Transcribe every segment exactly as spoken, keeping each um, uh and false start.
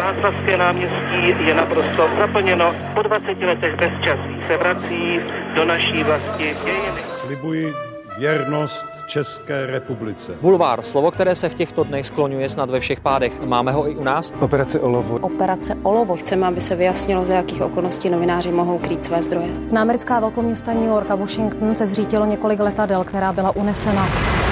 Václavské náměstí je naprosto zaplněno. Po dvaceti letech bezčasí se vrací do naší vlasti dějiny. Slibuji věrnost České republice. Bulvár, slovo, které se v těchto dnech skloňuje snad ve všech pádech. Máme ho i u nás? Operace Olovo. Operace Olovo. Chceme, aby se vyjasnilo, za jakých okolností novináři mohou krýt své zdroje. Na americká velkoměsta New York a Washington se zřítilo několik letadel, která byla unesena.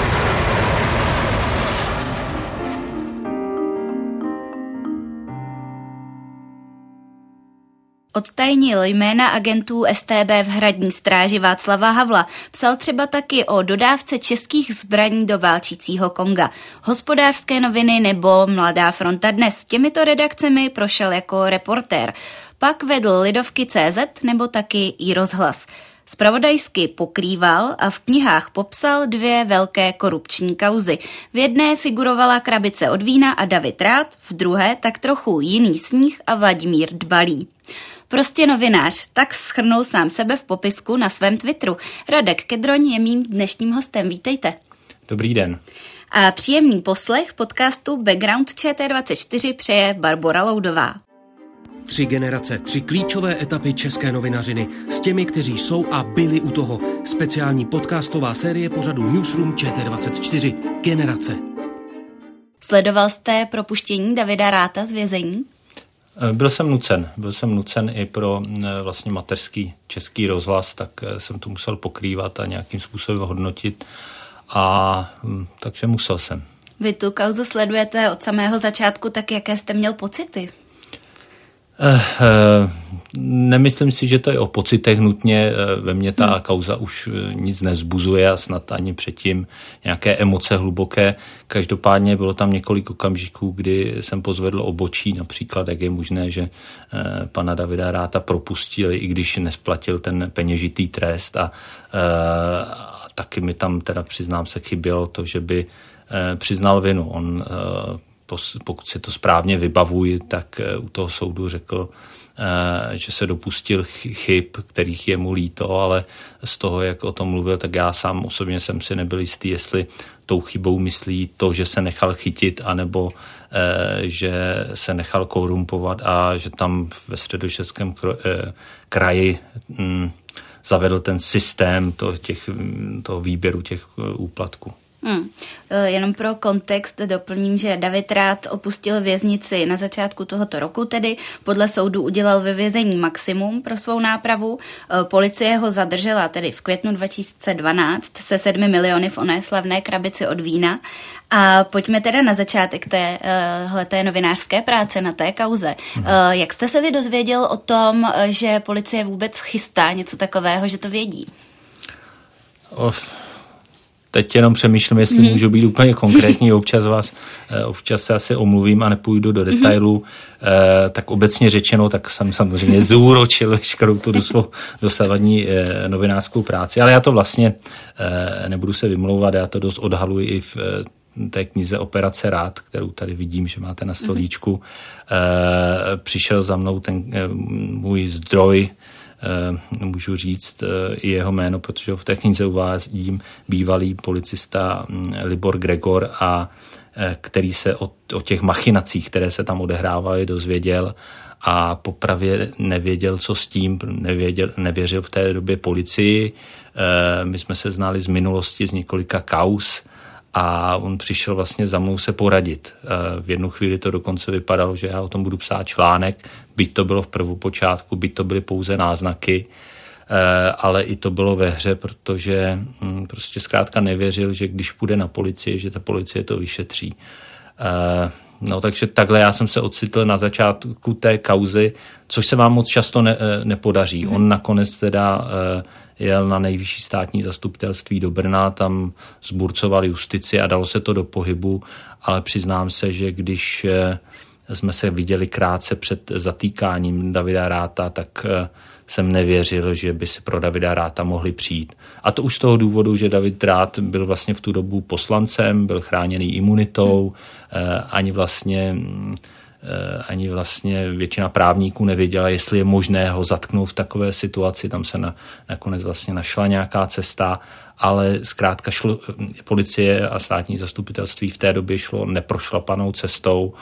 Odtajnil jména agentů S T B v hradní stráži Václava Havla. Psal třeba taky o dodávce českých zbraní do válčícího Konga. Hospodářské noviny nebo Mladá fronta dnes. Těmito redakcemi prošel jako reportér. Pak vedl Lidovky tečka cé zet nebo taky i Rozhlas. Zpravodajsky pokrýval a v knihách popsal dvě velké korupční kauzy. V jedné figurovala krabice od vína a David Rath, v druhé tak trochu jiný sníh a Vladimír Dbalý. Prostě novinář, tak shrnul sám sebe v popisku na svém Twitteru. Radek Kedroň je mým dnešním hostem, vítejte. Dobrý den. A příjemný poslech podcastu Background Č T dvacet čtyři přeje Barbora Loudová. Tři generace, tři klíčové etapy české novinařiny s těmi, kteří jsou a byli u toho. Speciální podcastová série pořadu Newsroom Č T dvacet čtyři. Generace. Sledoval jste propuštění Davida Ratha z vězení? Byl jsem nucen. Byl jsem nucen i pro vlastně mateřský český rozhlas, tak jsem to musel pokrývat a nějakým způsobem hodnotit. A takže musel jsem. Vy tu kauzu sledujete od samého začátku, tak jaké jste měl pocity? Nemyslím si, že to je o pocitech nutně. Ve mně ta hmm. kauza už nic nezbuzuje a snad ani předtím nějaké emoce hluboké. Každopádně bylo tam několik okamžiků, kdy jsem pozvedl obočí, například jak je možné, že pana Davida Ratha propustili, i když nesplatil ten peněžitý trest a, a taky mi tam teda přiznám se chybělo to, že by přiznal vinu. On pokud si to správně vybavuji, tak u toho soudu řekl, že se dopustil chyb, kterých je mu líto, ale z toho, jak o tom mluvil, tak já sám osobně jsem si nebyl jistý, jestli tou chybou myslí to, že se nechal chytit, anebo že se nechal korumpovat a že tam ve Středočeském kraji zavedl ten systém toho, těch, toho výběru těch úplatků. Hmm. Jenom pro kontext doplním, že David Rath opustil věznici na začátku tohoto roku, tedy podle soudu udělal ve vězení maximum pro svou nápravu. Policie ho zadržela tedy v květnu dva tisíce dvanáct se sedmi miliony v oné slavné krabici od vína. A pojďme teda na začátek téhle té novinářské práce, na té kauze. Hmm. Jak jste se vy dozvěděl o tom, že policie vůbec chystá něco takového, že to vědí? Of. Teď jenom přemýšlím, jestli mm. můžu být úplně konkrétní, občas vás, občas se asi omluvím a nepůjdu do detailů. Mm. E, tak obecně řečeno, tak jsem samozřejmě zúročil veškerou tu svou dosavadní e, novinářskou práci, ale já to vlastně e, nebudu se vymlouvat, já to dost odhaluji i v e, té knize Operace Rath, kterou tady vidím, že máte na stolíčku. Mm. E, přišel za mnou ten e, můj zdroj, můžu říct i jeho jméno, protože v té knize uvádím bývalý policista Libor Gregor, a který se o, o těch machinacích, které se tam odehrávaly, dozvěděl a popravě nevěděl, co s tím, nevěděl, nevěřil v té době policii. My jsme se znali z minulosti, z několika kauz, a on přišel vlastně za mnou se poradit. V jednu chvíli to dokonce vypadalo, že já o tom budu psát článek, byť to bylo v prvopočátku, byť to byly pouze náznaky, ale i to bylo ve hře, protože prostě zkrátka nevěřil, že když půjde na policii, že ta policie to vyšetří. No takže takhle já jsem se ocitl na začátku té kauzy, což se vám moc často ne, nepodaří. On nakonec teda jel na nejvyšší státní zastupitelství do Brna, tam zburcoval justici a dalo se to do pohybu, ale přiznám se, že když jsme se viděli krátce před zatýkáním Davida Ratha, tak jsem nevěřil, že by si pro Davida Ratha mohli přijít. A to už z toho důvodu, že David Rath byl vlastně v tu dobu poslancem, byl chráněný imunitou, ani vlastně ani vlastně většina právníků nevěděla, jestli je možné ho zatknout v takové situaci. Tam se na, nakonec vlastně našla nějaká cesta, ale zkrátka šlo, policie a státní zastupitelství v té době šlo neprošlapanou cestou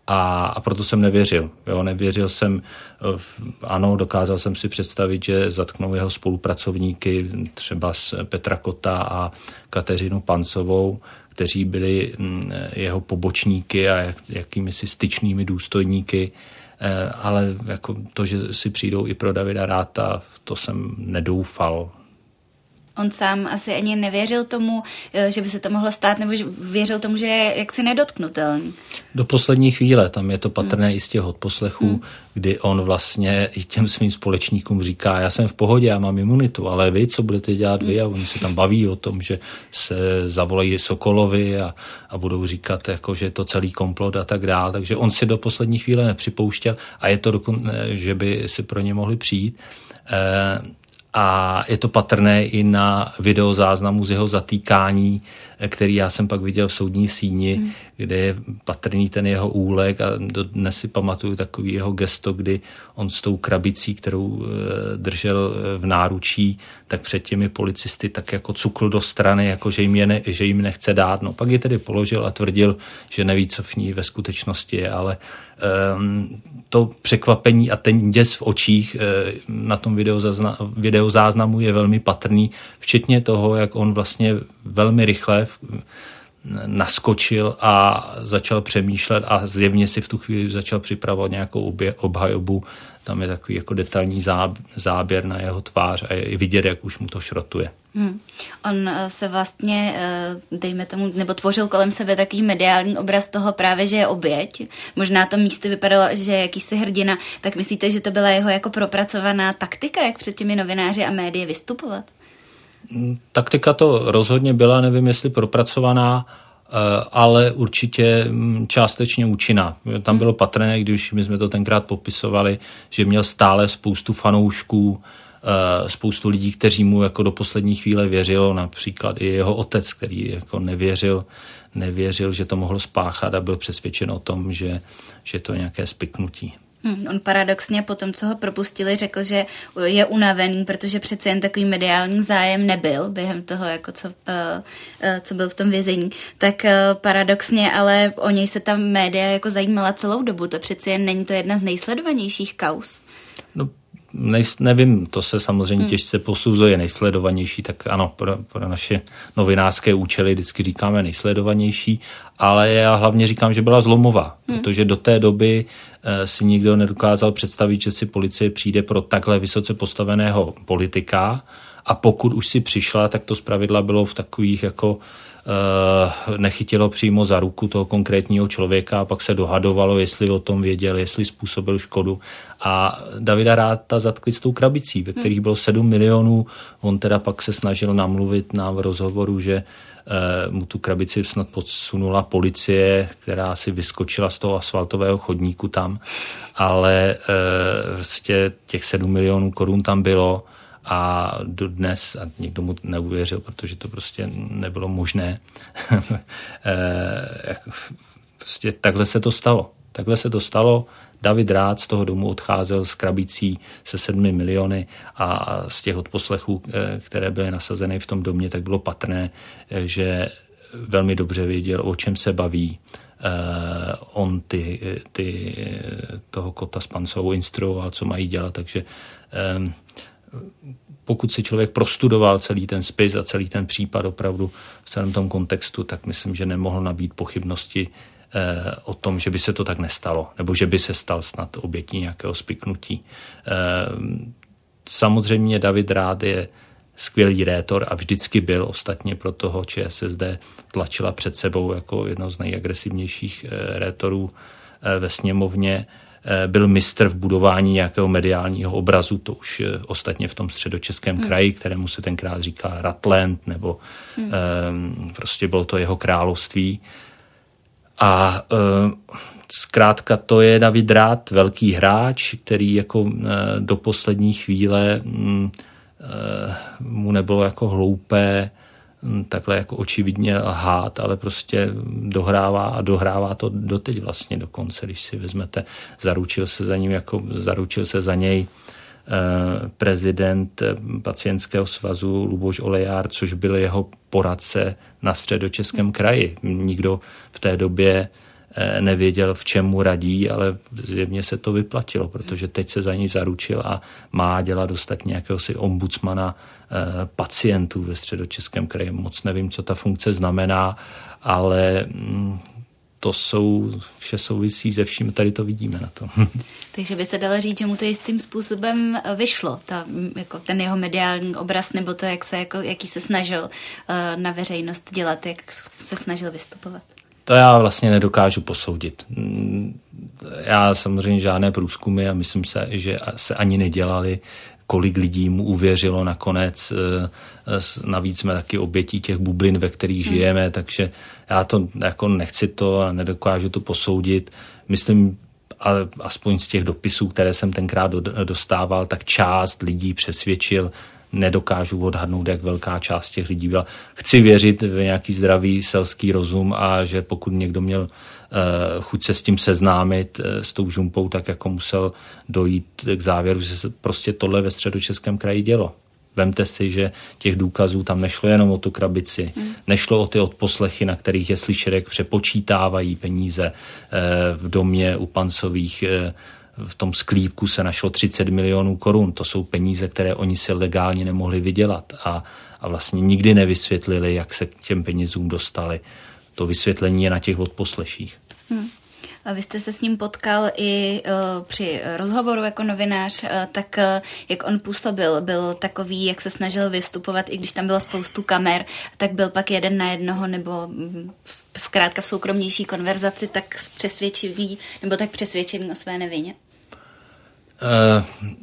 A, a proto jsem nevěřil. Jo, nevěřil jsem, ano, dokázal jsem si představit, že zatknou jeho spolupracovníky, třeba Petra Kota a Kateřinu Pancovou, kteří byli jeho pobočníky a jak, jakými si styčnými důstojníky, ale jako to, že si přijdou i pro Davida Ratha, to jsem nedoufal. On sám asi ani nevěřil tomu, že by se to mohlo stát, nebo že věřil tomu, že je jaksi nedotknutelný. Do poslední chvíle, tam je to patrné hmm. i z těch odposlechů, hmm. kdy on vlastně i těm svým společníkům říká, já jsem v pohodě, já mám imunitu, ale vy, co budete dělat vy? A oni se tam baví o tom, že se zavolají Sokolovi a, a budou říkat, jako, že je to celý komplot a tak dále. Takže on si do poslední chvíle nepřipouštěl a je to dokonce, že by si pro ně mohli přijít. E, A je to patrné i na videozáznamu z jeho zatýkání, který já jsem pak viděl v soudní síni, hmm. kde je patrný ten jeho úlek a dnes si pamatuju takový jeho gesto, kdy on s tou krabicí, kterou držel v náručí, tak před těmi policisty tak jako cukl do strany, jako že jim, je ne, že jim nechce dát. No pak ji tedy položil a tvrdil, že neví, co v ní ve skutečnosti je, ale um, to překvapení a ten děs v očích na tom videozazna, videozáznamu je velmi patrný, včetně toho, jak on vlastně velmi rychle naskočil a začal přemýšlet a zjevně si v tu chvíli začal připravovat nějakou obje, obhajobu. Tam je takový jako detailní záběr na jeho tvář a je vidět, jak už mu to šrotuje. Hmm. On se vlastně, dejme tomu, nebo tvořil kolem sebe takový mediální obraz toho právě, že je oběť. Možná to místy vypadalo, že je jakýsi hrdina. Tak myslíte, že to byla jeho jako propracovaná taktika, jak před těmi novináři a médii vystupovat? Taktika to rozhodně byla, nevím, jestli propracovaná, ale určitě částečně účinná. Tam bylo patrné, když my jsme to tenkrát popisovali, že měl stále spoustu fanoušků, spoustu lidí, kteří mu jako do poslední chvíle věřilo, například i jeho otec, který jako nevěřil, nevěřil, že to mohlo spáchat a byl přesvědčen o tom, že, že to je nějaké spiknutí. Hmm, on paradoxně po tom, co ho propustili, řekl, že je unavený, protože přece jen takový mediální zájem nebyl během toho, jako co, co byl v tom vězení. Tak paradoxně, ale o něj se ta média jako zajímala celou dobu. To přece jen není to jedna z nejsledovanějších kauz. No, nej, nevím, to se samozřejmě hmm. těžce posuzuje nejsledovanější, tak ano, pro, pro naše novinářské účely vždycky říkáme nejsledovanější, ale já hlavně říkám, že byla zlomová, hmm. protože do té doby eh, si nikdo nedokázal představit, že si policie přijde pro takhle vysoce postaveného politika a pokud už si přišla, tak to zpravidla bylo v takových jako nechytilo přímo za ruku toho konkrétního člověka a pak se dohadovalo, jestli o tom věděl, jestli způsobil škodu. A Davida Ratha zatkli s tou krabicí, ve kterých bylo sedm milionů. On teda pak se snažil namluvit na rozhovoru, že mu tu krabici snad podsunula policie, která si vyskočila z toho asfaltového chodníku tam, ale vlastně těch sedm milionů korun tam bylo. A dodnes, a někdo mu neuvěřil, protože to prostě nebylo možné, prostě takhle se to stalo. Takhle se to stalo. David Rath z toho domu odcházel s krabicí se sedmi miliony a z těch odposlechů, které byly nasazeny v tom domě, tak bylo patrné, že velmi dobře věděl, o čem se baví. On ty, ty, toho Kota s Pancovou instruoval, co mají dělat, takže pokud si člověk prostudoval celý ten spis a celý ten případ opravdu v celém tom kontextu, tak myslím, že nemohl nabít pochybnosti eh, o tom, že by se to tak nestalo, nebo že by se stal snad obětí nějakého spiknutí. Eh, samozřejmě David Rath je skvělý rétor a vždycky byl ostatně pro toho ČSSD tlačila před sebou jako jedno z nejagresivnějších eh, rétorů eh, ve sněmovně. Byl mistr v budování nějakého mediálního obrazu, to už ostatně v tom středočeském hmm. kraji, kterému se tenkrát říká Rutland, nebo hmm. um, prostě bylo to jeho království. A um, zkrátka to je David Rath, velký hráč, který jako uh, do poslední chvíle um, uh, mu nebylo jako hloupé takhle jako očividně lhát, ale prostě dohrává a dohrává to doteď vlastně dokonce, když si vezmete, zaručil se za ním, jako zaručil se za něj eh, prezident pacientského svazu Luboš Olejár, což byl jeho poradce na středočeském kraji. Nikdo v té době nevěděl, v čem mu radí, ale zjevně se to vyplatilo, protože teď se za něj zaručil a má dělat ostatně nějakého si ombudsmana pacientů ve Středočeském kraji. Moc nevím, co ta funkce znamená, ale to jsou, vše souvisí se vším, tady to vidíme na to. Takže by se dalo říct, že mu to jistým způsobem vyšlo, ta, jako ten jeho mediální obraz, nebo to, jak se, jako, jaký se snažil na veřejnost dělat, jak se snažil vystupovat. To já vlastně nedokážu posoudit. Já samozřejmě žádné průzkumy a myslím se, že se ani nedělali, kolik lidí mu uvěřilo nakonec. Navíc jsme taky obětí těch bublin, ve kterých hmm. žijeme, takže já to jako nechci to a nedokážu to posoudit. Myslím, ale aspoň z těch dopisů, které jsem tenkrát dostával, tak část lidí přesvědčil. Nedokážu odhadnout, jak velká část těch lidí byla. Chci věřit v nějaký zdravý selský rozum a že pokud někdo měl uh, chuť se s tím seznámit, uh, s tou žumpou, tak jako musel dojít k závěru, že se prostě tohle ve Středočeském kraji dělo. Vemte si, že těch důkazů tam nešlo jenom o tu krabici, hmm. nešlo o ty odposlechy, na kterých je slyšet, jak přepočítávají peníze uh, v domě u Pancových. Uh, v tom sklípku se našlo třicet milionů korun. To jsou peníze, které oni si legálně nemohli vydělat a, a vlastně nikdy nevysvětlili, jak se k těm penězům dostali. To vysvětlení je na těch odposleších. Hmm. A vy jste se s ním potkal i uh, při rozhovoru jako novinář, uh, tak uh, jak on působil, byl takový, jak se snažil vystupovat, i když tam bylo spoustu kamer, tak byl pak jeden na jednoho, nebo um, zkrátka v soukromnější konverzaci tak přesvědčivý, nebo tak přesvědčený o své nevině? Uh,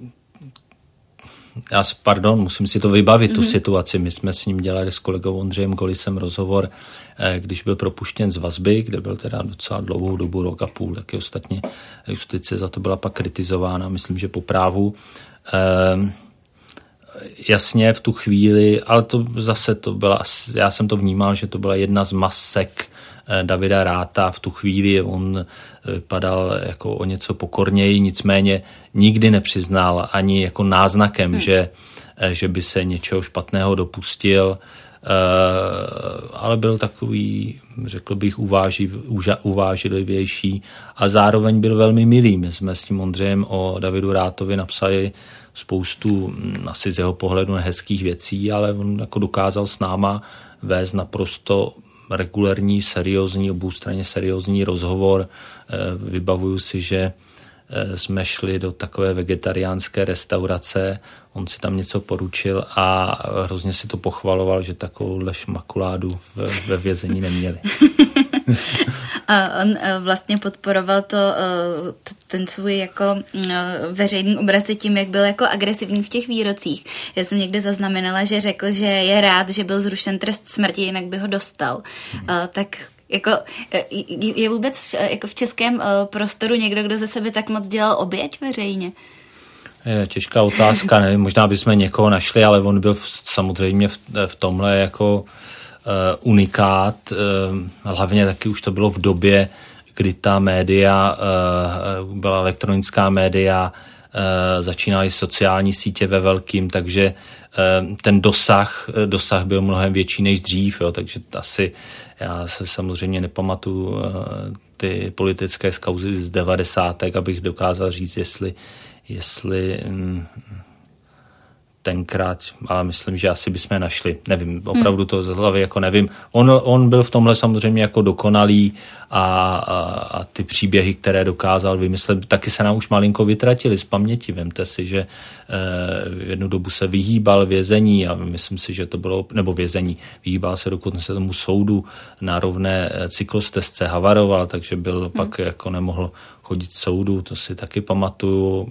já, pardon, musím si to vybavit, mm-hmm. tu situaci. My jsme s ním dělali s kolegou Ondřejem Golisem rozhovor, když byl propuštěn z vazby, kde byl teda docela dlouhou dobu, rok a půl, taky ostatně justice za to byla pak kritizována, myslím, že po právu. Uh, jasně v tu chvíli, ale to zase to byla, já jsem to vnímal, že to byla jedna z masek Davida Ratha. V tu chvíli on vypadal jako o něco pokorněji, nicméně nikdy nepřiznal ani jako náznakem, hmm. že, že by se něčeho špatného dopustil, ale byl takový, řekl bych, uváživ, uvážlivější a zároveň byl velmi milý. My jsme s tím Ondřejem o Davidu Rathovi napsali spoustu asi z jeho pohledu nehezkých věcí, ale on jako dokázal s náma vést naprosto regulérní, seriózní, oboustranně seriózní rozhovor. Vybavuju si, že jsme šli do takové vegetariánské restaurace, on si tam něco poručil a hrozně si to pochvaloval, že takovouhle šmakuládu ve vězení neměli. A on vlastně podporoval to, ten svůj jako veřejný obraz tím, jak byl jako agresivní v těch výrocích. Já jsem někde zaznamenala, že řekl, že je rád, že byl zrušen trest smrti, jinak by ho dostal. Hmm. Tak jako je vůbec jako v českém prostoru někdo, kdo ze sebe tak moc dělal oběť veřejně? Je těžká otázka, nevím, možná bychom někoho našli, ale on byl v, samozřejmě v, v tomhle jako uh, unikát, uh, hlavně taky už to bylo v době, kdy ta média, uh, byla elektronická média, uh, začínaly sociální sítě ve velkým, takže uh, ten dosah, dosah byl mnohem větší než dřív, jo, takže asi já se samozřejmě nepamatuju uh, ty politické kauzy z devadesátek, abych dokázal říct, jestli jestli mm, tenkrát, ale myslím, že asi bychom našli, nevím, opravdu to z hlavy jako nevím. On, on byl v tomhle samozřejmě jako dokonalý a, a, a ty příběhy, které dokázal vymyslet, taky se nám už malinko vytratili z paměti. Vemte si, že eh, jednu dobu se vyhýbal vězení a myslím si, že to bylo, nebo vězení, vyhýbal se dokonce tomu soudu na rovné cyklostezce, havaroval, takže byl hmm. pak jako nemohl chodit soudu, to si taky pamatuju.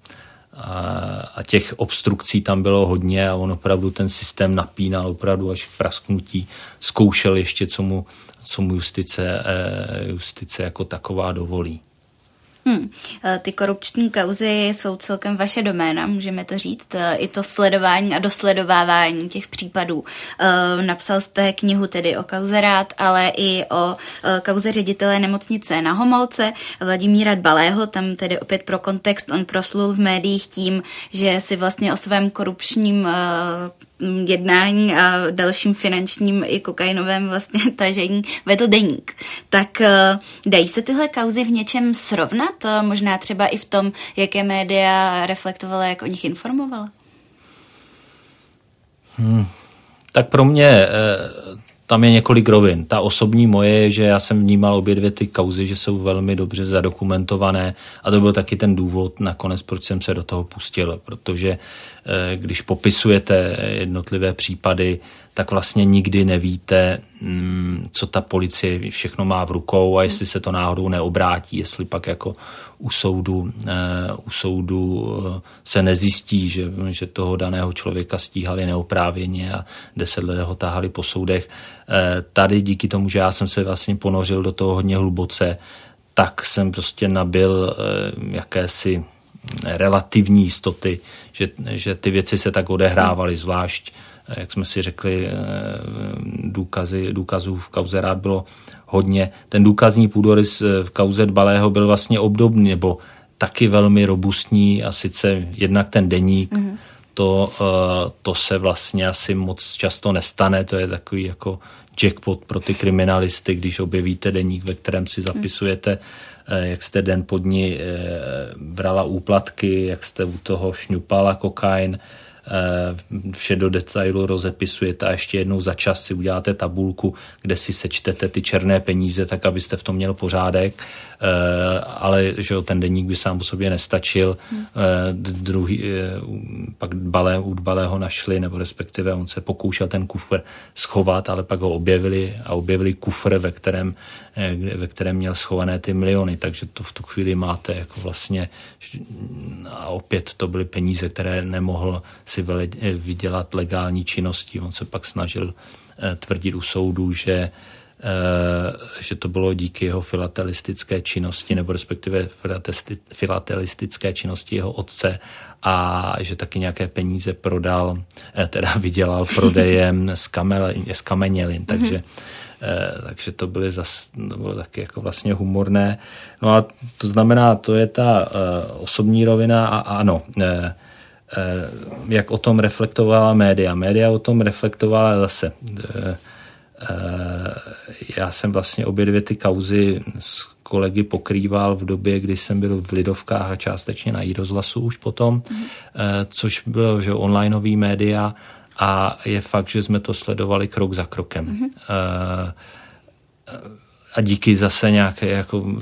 A těch obstrukcí tam bylo hodně a on opravdu ten systém napínal opravdu až k prasknutí. Zkoušel ještě, co mu, co mu justice, justice jako taková dovolí. Hmm. Ty korupční kauzy jsou celkem vaše doména, můžeme to říct. I to sledování a dosledovávání těch případů. Napsal jste knihu tedy o kauze Rath, ale i o kauze ředitele nemocnice na Homolce Vladimíra Dbalého. Tam tedy opět pro kontext on proslul v médiích tím, že si vlastně o svém korupčním jednání a dalším finančním i kokainovém vlastně tažení vedl deník. Tak dají se tyhle kauzy v něčem srovnat? Možná třeba i v tom, jaké média reflektovala, jak o nich informovala? Hmm. Tak pro mě eh, tam je několik rovin. Ta osobní moje je, že já jsem vnímal obě dvě ty kauzy, že jsou velmi dobře zadokumentované a to byl taky ten důvod nakonec, proč jsem se do toho pustil, protože eh, když popisujete jednotlivé případy, tak vlastně nikdy nevíte, co ta policie všechno má v rukou a jestli se to náhodou neobrátí, jestli pak jako u soudu, u soudu se nezjistí, že, že toho daného člověka stíhali neoprávněně a deset let ho tahali po soudech. Tady díky tomu, že já jsem se vlastně ponořil do toho hodně hluboce, tak jsem prostě nabyl jakési relativní jistoty, že, že ty věci se tak odehrávaly, zvlášť jak jsme si řekli, důkazy, důkazů v kauze Rád bylo hodně. Ten důkazní půdorys v kauze Dbalého byl vlastně obdobný, nebo taky velmi robustní a sice jednak ten deník, mm-hmm. to, to se vlastně asi moc často nestane, to je takový jako jackpot pro ty kriminalisty, když objevíte deník, ve kterém si zapisujete, mm. jak jste den po dní brala úplatky, jak jste u toho šňupala kokain, vše do detailu rozepisujete a ještě jednou za čas si uděláte tabulku, kde si sečtete ty černé peníze, tak abyste v tom měl pořádek, ale že ten deník by sám o sobě nestačil. Hmm. Druhý, pak Dbalé, u Dbalého našli, nebo respektive on se pokoušel ten kufr schovat, ale pak ho objevili a objevili kufr, ve kterém, ve kterém měl schované ty miliony, takže to v tu chvíli máte jako vlastně a opět to byly peníze, které nemohl si vydělat legální činností. On se pak snažil tvrdit u soudu, že, že to bylo díky jeho filatelistické činnosti, nebo respektive filatelistické činnosti jeho otce a že taky nějaké peníze prodal, teda vydělal prodejem skamenělin, takže mm-hmm. takže to byly zas, to bylo taky jako vlastně humorné. No a to znamená, to je ta osobní rovina a ano, jak o tom reflektovala média. Média o tom reflektovala zase. Já jsem vlastně obě dvě ty kauzy s kolegy pokrýval v době, kdy jsem byl v Lidovkách a částečně na iRozhlasu už potom, mm. což bylo že onlineový média a je fakt, že jsme to sledovali krok za krokem. Mm. A díky zase nějaké jako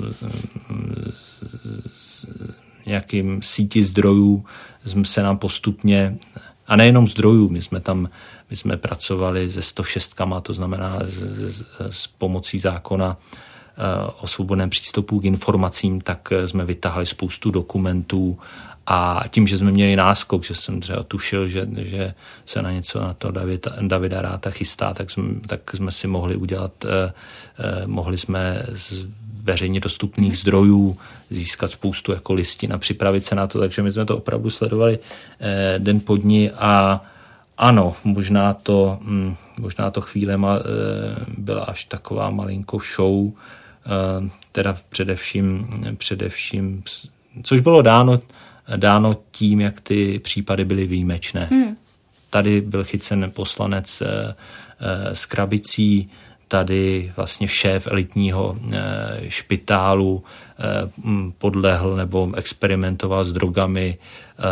nějakým síti zdrojů se nám postupně, a nejenom zdrojů, my jsme tam, my jsme pracovali se sto šest, to znamená s, s, s pomocí zákona o svobodném přístupu k informacím, tak jsme vytáhli spoustu dokumentů a tím, že jsme měli náskok, že jsem třeba tušil, že, že se na něco na to Davida, Davida Ratha chystá, tak jsme, tak jsme si mohli udělat, eh, eh, mohli jsme z veřejně dostupných zdrojů získat spoustu jako listin a připravit se na to, takže my jsme to opravdu sledovali eh, den po dní a ano, možná to, hm, možná to chvílema eh, byla až taková malinko show, eh, teda především, především, což bylo dáno, dáno tím, jak ty případy byly výjimečné. Hmm. Tady byl chycen poslanec eh, eh, s krabicí, tady vlastně šéf elitního eh, špitálu eh, podlehl nebo experimentoval s drogami eh,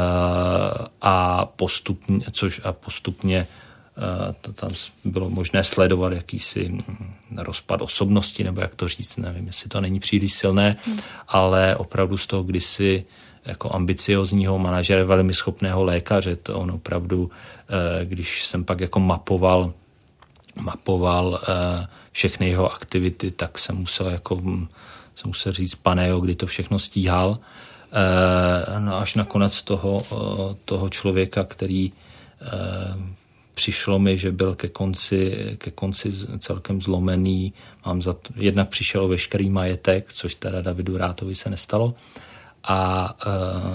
a postupně, což a postupně eh, to tam bylo možné sledovat jakýsi rozpad osobnosti, nebo jak to říct, nevím, jestli to není příliš silné, hmm. ale opravdu z toho kdysi jako ambiciozního manažera, velmi schopného lékaře, to on opravdu, eh, když jsem pak jako mapoval mapoval eh, všechny jeho aktivity, tak jsem musel jako, jsem musel říct paneo, kdy to všechno stíhal. Eh, no až nakonec toho, eh, toho člověka, který eh, přišlo mi, že byl ke konci, ke konci celkem zlomený. Mám za to, jednak přišel o veškerý majetek, což teda Davidu Rathovi se nestalo. A, a,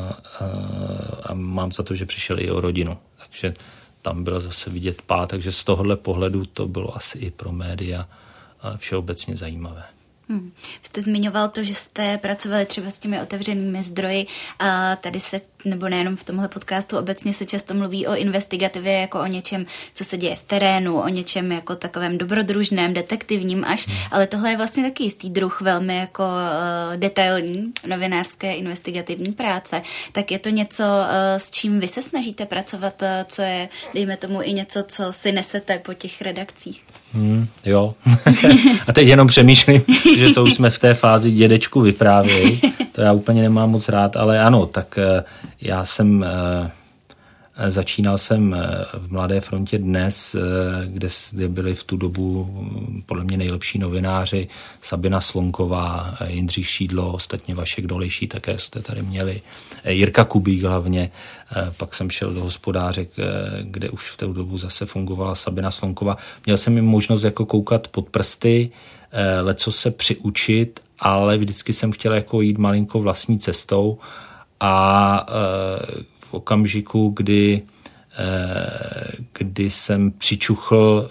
a mám za to, že přišel i o rodinu. Takže tam byl zase vidět pád, takže z tohohle pohledu to bylo asi i pro média všeobecně zajímavé. Hmm. Jste zmiňoval to, že jste pracovali třeba s těmi otevřenými zdroji a tady se nebo nejenom v tomhle podcastu, obecně se často mluví o investigativě jako o něčem, co se děje v terénu, o něčem jako takovém dobrodružném, detektivním až, hmm. ale tohle je vlastně taky jistý druh velmi jako uh, detailní novinářské investigativní práce. Tak je to něco, uh, s čím vy se snažíte pracovat, uh, co je, dejme tomu, i něco, co si nesete po těch redakcích? Hmm, jo. A teď jenom přemýšlím, že to už jsme v té fázi dědečku vyprávěj. To já úplně nemám moc rád, ale ano, tak já jsem, začínal jsem v Mladé frontě Dnes, kde, kde byli v tu dobu podle mě nejlepší novináři, Sabina Slonková, Jindřich Šídlo, ostatně Vašek Dolejší, také jste tady měli, Jirka Kubík hlavně. Pak jsem šel do Hospodáře, kde už v té dobu zase fungovala Sabina Slonková. Měl jsem jim možnost jako koukat pod prsty, leco se přiučit, ale vždycky jsem chtěl jako jít malinko vlastní cestou a v okamžiku, kdy, kdy jsem přičuchl,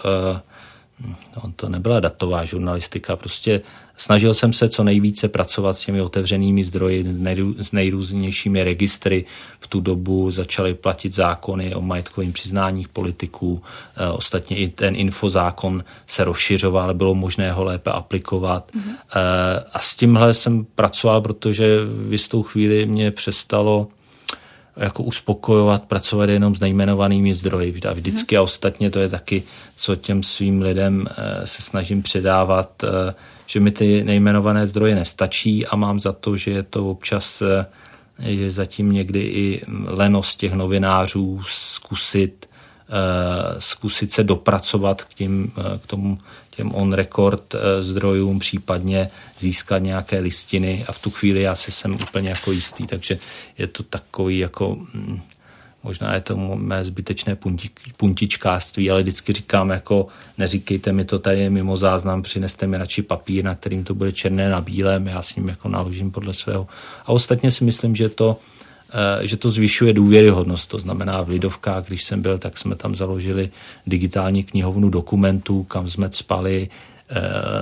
no, to nebyla datová žurnalistika, prostě snažil jsem se co nejvíce pracovat s těmi otevřenými zdroji, s nejrůznějšími registry. V tu dobu začaly platit zákony o majetkovým přiznáních politiků. Ostatně i ten infozákon se rozšiřoval, ale bylo možné ho lépe aplikovat. Mm-hmm. A s tímhle jsem pracoval, protože v jistou chvíli mě přestalo jako uspokojovat, pracovat jenom s nejmenovanými zdroji. A vždycky, mm-hmm. a ostatně to je taky, co těm svým lidem se snažím předávat, že mi ty nejmenované zdroje nestačí a mám za to, že je to občas, že zatím někdy i lenost těch novinářů zkusit, zkusit se dopracovat k, tím, k tomu těm on-record zdrojům, případně získat nějaké listiny a v tu chvíli já si jsem úplně jako jistý, takže je to takový jako, možná je to mé zbytečné puntičkářství, ale vždycky říkám jako, neříkejte mi to tady mimo záznam, přineste mi radši papír, na kterým to bude černé na bílém, já s ním jako naložím podle svého. A ostatně si myslím, že to že to zvyšuje důvěryhodnost. To znamená, v Lidovkách, když jsem byl, tak jsme tam založili digitální knihovnu dokumentů, kam jsme cpali eh,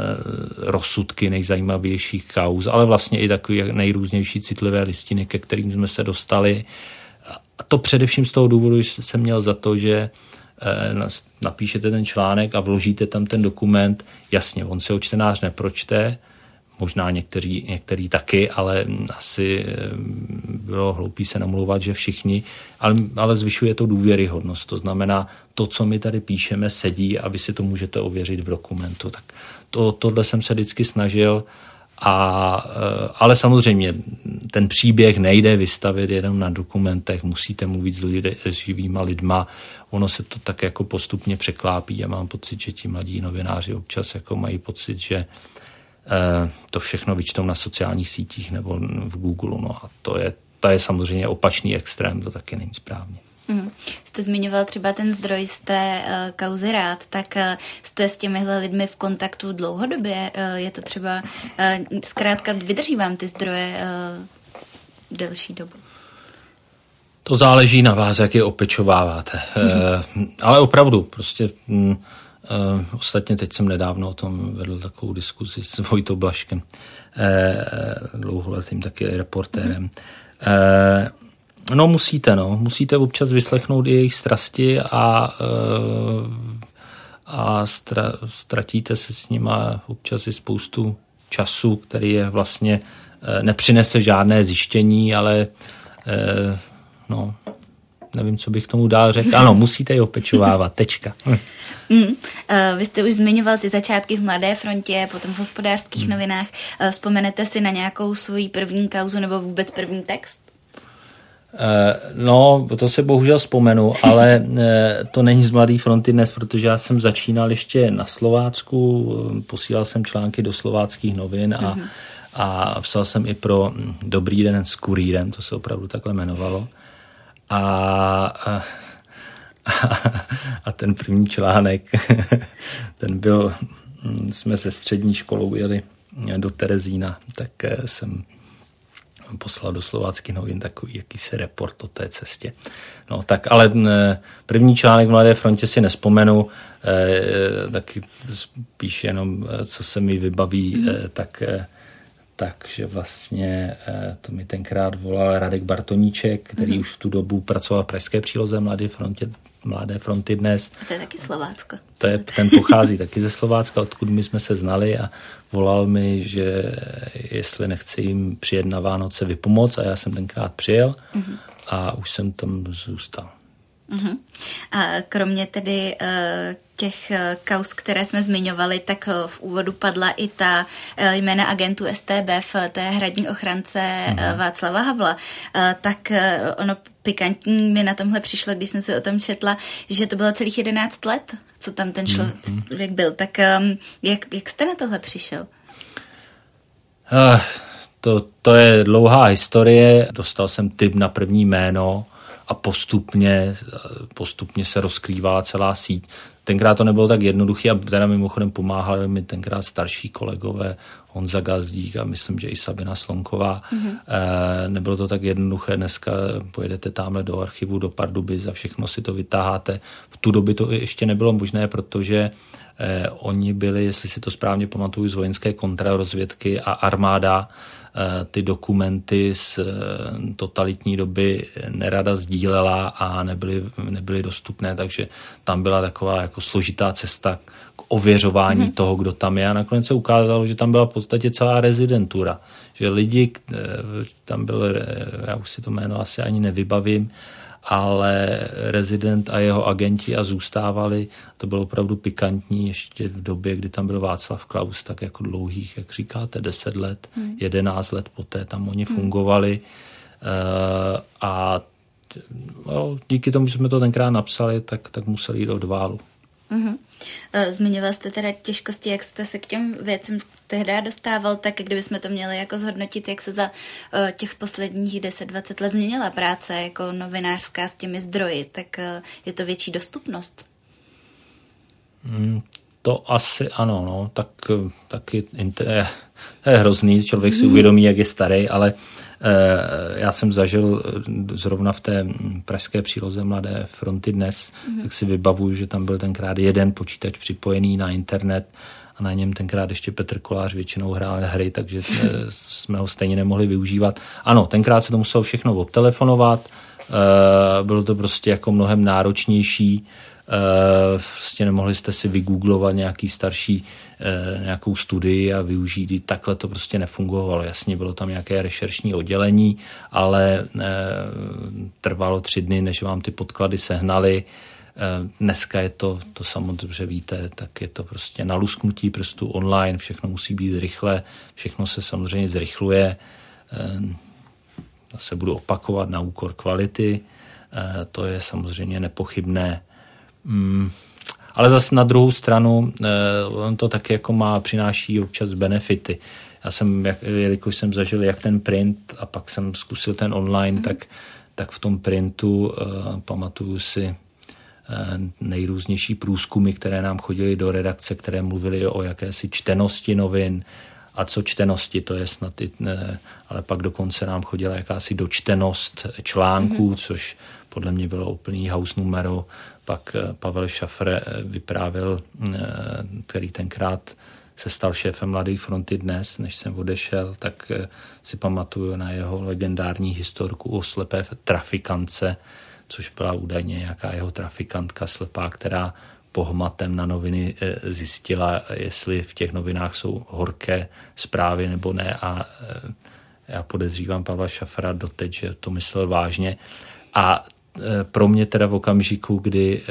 rozsudky nejzajímavějších kauz, ale vlastně i takové nejrůznější citlivé listiny, ke kterým jsme se dostali. A to především z toho důvodu, že jsem měl za to, že eh, napíšete ten článek a vložíte tam ten dokument. Jasně, on se ho čtenář nepročte, možná někteří, některý taky, ale asi bylo hloupý se namlouvat, že všichni, ale, ale zvyšuje to důvěryhodnost. To znamená, to, co my tady píšeme, sedí a vy si to můžete ověřit v dokumentu. Tak to, tohle jsem se vždycky snažil, a, ale samozřejmě ten příběh nejde vystavit jenom na dokumentech, musíte mluvit s, lidi, s živýma lidma, ono se to tak jako postupně překlápí a mám pocit, že ti mladí novináři občas jako mají pocit, že to všechno vyčtou na sociálních sítích nebo v Google. No a to je, to je samozřejmě opačný extrém, to taky není správně. Mm. Jste zmiňoval třeba ten zdroj z té uh, kauzy Rád, tak uh, jste s těmihle lidmi v kontaktu dlouhodobě? Uh, je to třeba, uh, zkrátka vydrží vám ty zdroje uh, delší dobu? To záleží na vás, jak je opečováváte. uh, ale opravdu, prostě... Mm, Uh, ostatně teď jsem nedávno o tom vedl takovou diskuzi s Vojtou Blaškem, uh, dlouholetým taky reportérem. Uh, no musíte, no. Musíte občas vyslechnout i jejich strasti a, uh, a stra, ztratíte se s nima občas i spoustu času, který je vlastně uh, nepřinese žádné zjištění, ale uh, no... Nevím, co bych tomu dál řekl. Ano, musíte ji opečovávat, tečka. Mm, uh, vy jste už zmiňoval ty začátky v Mladé frontě, potom v Hospodářských mm. novinách. Uh, vzpomenete si na nějakou svoji první kauzu nebo vůbec první text? Uh, no, to se bohužel vzpomenu, ale uh, to není z Mladé fronty Dnes, protože já jsem začínal ještě na Slovácku, posílal jsem články do slováckých novin a, mm-hmm. a psal jsem i pro Dobrý den s kurýrem, to se opravdu takhle jmenovalo. A, a, a ten první článek, ten byl, jsme se střední školou jeli do Terezína, tak jsem poslal do Slováckých novin takový jakýsi report o té cestě. No tak, ale první článek v Mladé frontě si nespomenu, taky spíš jenom, co se mi vybaví, mm. tak takže vlastně to mi tenkrát volal Radek Bartoníček, který mm-hmm. už v tu dobu pracoval v pražské příloze Mladé frontě, Mladé fronty dnes. A to je taky Slovácko. To je, ten pochází taky ze Slovácka, odkud my jsme se znali a volal mi, že jestli nechci jim přijet na Vánoce vypomoct a já jsem tenkrát přijel mm-hmm. a už jsem tam zůstal. Uh-huh. A kromě tedy uh, těch uh, kauz, které jsme zmiňovali, tak uh, v úvodu padla i ta uh, jména agentů S T B v té hradní ochrance uh-huh. uh, Václava Havla. Uh, tak uh, ono pikantní mi na tomhle přišlo, když jsem si o tom četla, že to bylo celých jedenáct let, co tam ten člověk uh-huh. byl. Tak um, jak, jak jste na tohle přišel? Uh, to, to je dlouhá historie. Dostal jsem tip na první jméno a postupně, postupně se rozkrývala celá síť. Tenkrát to nebylo tak jednoduché a teda mimochodem pomáhali mi tenkrát starší kolegové Honza Gazdík a myslím, že i Sabina Slonková. Mm-hmm. E, nebylo to tak jednoduché. Dneska pojedete tamhle do archivu, do Pardubic a všechno si to vytáháte. V tu dobu to ještě nebylo možné, protože e, oni byli, jestli si to správně pamatuju, z vojenské kontrarozvědky a armáda ty dokumenty z totalitní doby nerada sdílela a nebyly, nebyly dostupné, takže tam byla taková jako složitá cesta k ověřování mm-hmm. toho, kdo tam je a nakonec se ukázalo, že tam byla v podstatě celá rezidentura, že lidi, tam byl, já už si to jméno asi ani nevybavím, ale rezident a jeho agenti a zůstávali, to bylo opravdu pikantní ještě v době, kdy tam byl Václav Klaus, tak jako dlouhých, jak říkáte, deset let, hmm. jedenáct let poté tam oni fungovali hmm. a no, díky tomu, že jsme to tenkrát napsali, tak, tak museli jít od válu. Mm-hmm. Zmiňoval jste teda těžkosti, jak jste se k těm věcem tehdy dostával, tak kdybychom to měli jako zhodnotit, jak se za uh, těch posledních deset dvacet let změnila práce jako novinářská s těmi zdroji, tak uh, je to větší dostupnost? Mm, to asi ano, no, tak taky je, je hrozný, člověk si uvědomí, jak je starý, ale eh, já jsem zažil zrovna v té pražské příloze Mladé fronty dnes, mm-hmm. tak si vybavuju, že tam byl tenkrát jeden počítač připojený na internet a na něm tenkrát ještě Petr Kolář většinou hrál hry, takže jsme ho stejně nemohli využívat. Ano, tenkrát se to muselo všechno obtelefonovat, eh, bylo to prostě jako mnohem náročnější. Uh, prostě nemohli jste si vygooglovat nějaký starší uh, nějakou studii a využít. Takhle to prostě nefungovalo. Jasně, bylo tam nějaké rešeršní oddělení, ale uh, trvalo tři dny, než vám ty podklady sehnali. Uh, dneska je to, to samozřejmě víte, tak je to prostě na lusknutí prstu online, všechno musí být rychle, všechno se samozřejmě zrychluje. Uh, zase budu opakovat na úkor kvality. Uh, to je samozřejmě nepochybné. Hmm. Ale zase na druhou stranu eh, on to taky jako má, přináší občas benefity. Já jsem, jak, jelikož jsem zažil jak ten print a pak jsem zkusil ten online, mm. tak, tak v tom printu eh, pamatuju si eh, nejrůznější průzkumy, které nám chodily do redakce, které mluvily o jakési čtenosti novin. A co čtenosti, to je snad i, ne, ale pak dokonce nám chodila jakási dočtenost článků, mm-hmm. což podle mě bylo úplný house numero. Pak Pavel Šafr vyprávěl, který tenkrát se stal šéfem Mladé fronty dnes, než jsem odešel, tak si pamatuju na jeho legendární historku o slepé trafikantce, což byla údajně nějaká jeho trafikantka slepá, která pohmatem na noviny zjistila, jestli v těch novinách jsou horké zprávy nebo ne a já podezřívám Pavla Šafra doteď, že to myslel vážně. A pro mě teda v okamžiku, kdy,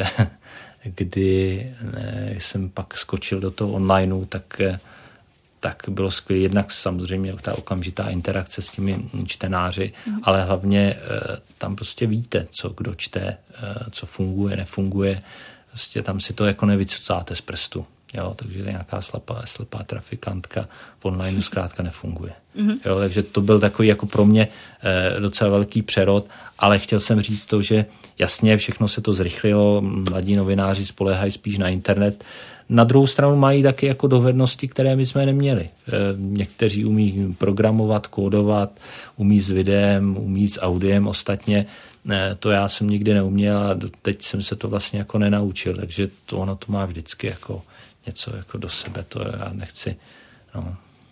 kdy jsem pak skočil do toho onlineu, tak, tak bylo skvělé. Jednak samozřejmě ta okamžitá interakce s těmi čtenáři, mm. ale hlavně tam prostě víte, co kdo čte, co funguje, nefunguje. Prostě tam si to jako nevycucáte z prstu. Jo, takže nějaká slepá, slepá trafikantka v onlineu zkrátka nefunguje. Mm-hmm. Jo, takže to byl takový jako pro mě e, docela velký přerod, ale chtěl jsem říct to, že jasně všechno se to zrychlilo, mladí novináři spoléhají spíš na internet. Na druhou stranu mají taky jako dovednosti, které my jsme neměli. E, někteří umí programovat, kódovat, umí s videem, umí s audiem, ostatně ne, to já jsem nikdy neuměl a teď jsem se to vlastně jako nenaučil, takže to ono to má vždycky jako něco jako do sebe, to já nechci, no.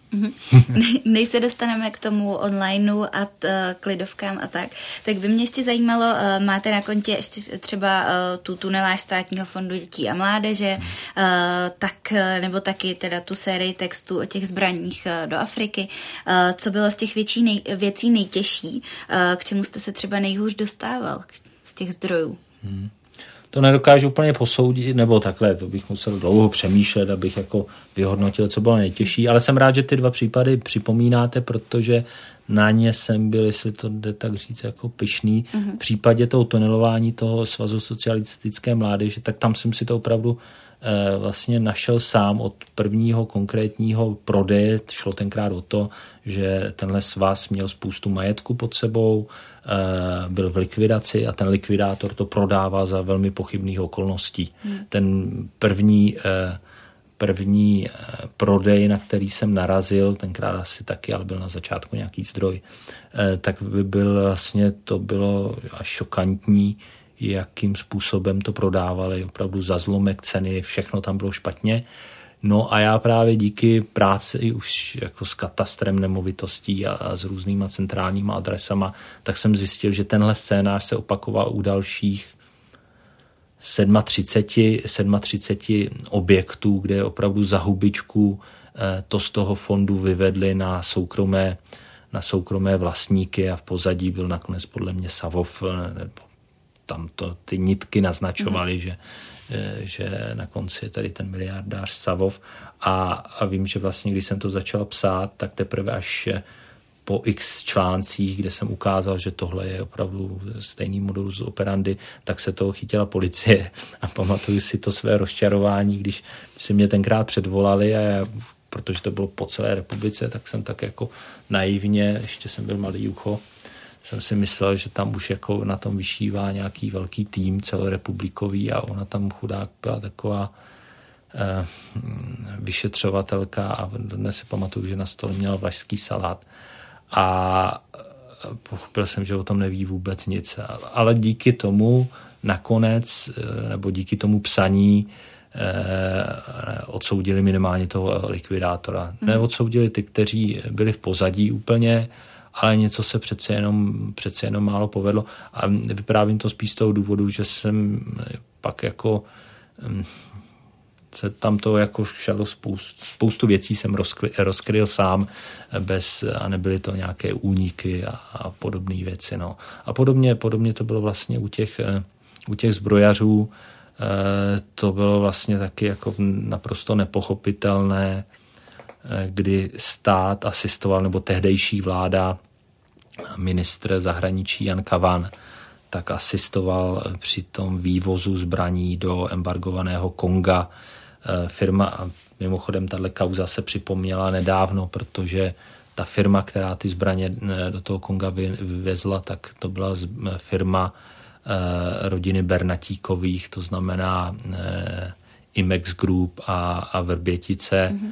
Mm-hmm. Než se dostaneme k tomu onlineu a t, k lidovkám a tak, tak by mě ještě zajímalo, máte na kontě ještě třeba tu tuneláž Státního fondu dětí a mládeže, tak, nebo taky teda tu sérii textů o těch zbraních do Afriky. Co bylo z těch věcí, nej, věcí nejtěžší? K čemu jste se třeba nejhůř dostával z těch zdrojů? Hmm. To nedokážu úplně posoudit, nebo takhle, to bych musel dlouho přemýšlet, abych jako vyhodnotil, co bylo nejtěžší, ale jsem rád, že ty dva případy připomínáte, protože na ně jsem byl, jestli to jde tak říct, jako pyšný. Mm-hmm. V případě toho tunelování toho Svazu socialistické mládeže, tak tam jsem si to opravdu eh, vlastně našel sám od prvního konkrétního prodeje. Šlo tenkrát o to, že tenhle svaz měl spoustu majetku pod sebou, byl v likvidaci a ten likvidátor to prodává za velmi pochybných okolností. Hmm. Ten první, první prodej, na který jsem narazil, tenkrát asi taky, ale byl na začátku nějaký zdroj, tak by byl vlastně, to bylo až šokantní, jakým způsobem to prodávali, opravdu za zlomek ceny, všechno tam bylo špatně. No a já právě díky práci už jako s katastrem nemovitostí a, a s různýma centrálníma adresama, tak jsem zjistil, že tenhle scénář se opakoval u dalších třicet sedm objektů, kde opravdu za hubičku eh, to z toho fondu vyvedli na soukromé, na soukromé vlastníky a v pozadí byl nakonec podle mě Savov, nebo tam to ty nitky naznačovaly, mm. že že na konci je tady ten miliardář Savov a, a vím, že vlastně, když jsem to začal psát, tak teprve až po x článcích, kde jsem ukázal, že tohle je opravdu stejný modus operandi, tak se toho chytila policie a pamatuju si to své rozčarování, když si mě tenkrát předvolali a já, protože to bylo po celé republice, tak jsem tak jako naivně, ještě jsem byl malý jucho, jsem si myslel, že tam už jako na tom vyšívá nějaký velký tým celorepublikový a ona tam chudák byla taková eh, vyšetřovatelka a dnes si pamatuju, že na stole měla vlašský salát a pochopil jsem, že o tom neví vůbec nic. Ale díky tomu nakonec, nebo díky tomu psaní eh, odsoudili minimálně toho likvidátora. Mm. Neodsoudili ty, kteří byli v pozadí úplně, ale něco se přece jenom, přece jenom málo povedlo. A vyprávím to spíš z toho důvodu, že jsem pak jako se tam to jako šalo spoustu, spoustu věcí jsem rozkryl, rozkryl sám bez, a nebyly to nějaké úniky a, a podobné věci. No. A podobně, podobně to bylo vlastně u těch, u těch zbrojařů. To bylo vlastně taky jako naprosto nepochopitelné, kdy stát asistoval, nebo tehdejší vláda, ministr zahraničí Jan Kavan, tak asistoval při tom vývozu zbraní do embargovaného Konga. Firma, a mimochodem tahle kauza se připomněla nedávno, protože ta firma, která ty zbraně do toho Konga vyvezla, tak to byla firma rodiny Bernatíkových, to znamená Imex Group a, a Vrbětice. Mm-hmm.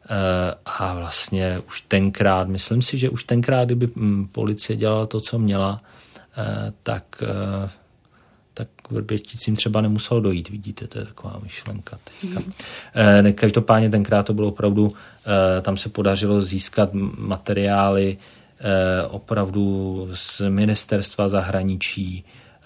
A vlastně už tenkrát, myslím si, že už tenkrát, kdyby policie dělala to, co měla, tak, tak Vrběticím třeba nemuselo dojít, vidíte, to je taková myšlenka teďka. Mm. Každopádně tenkrát to bylo opravdu, tam se podařilo získat materiály opravdu z ministerstva zahraničí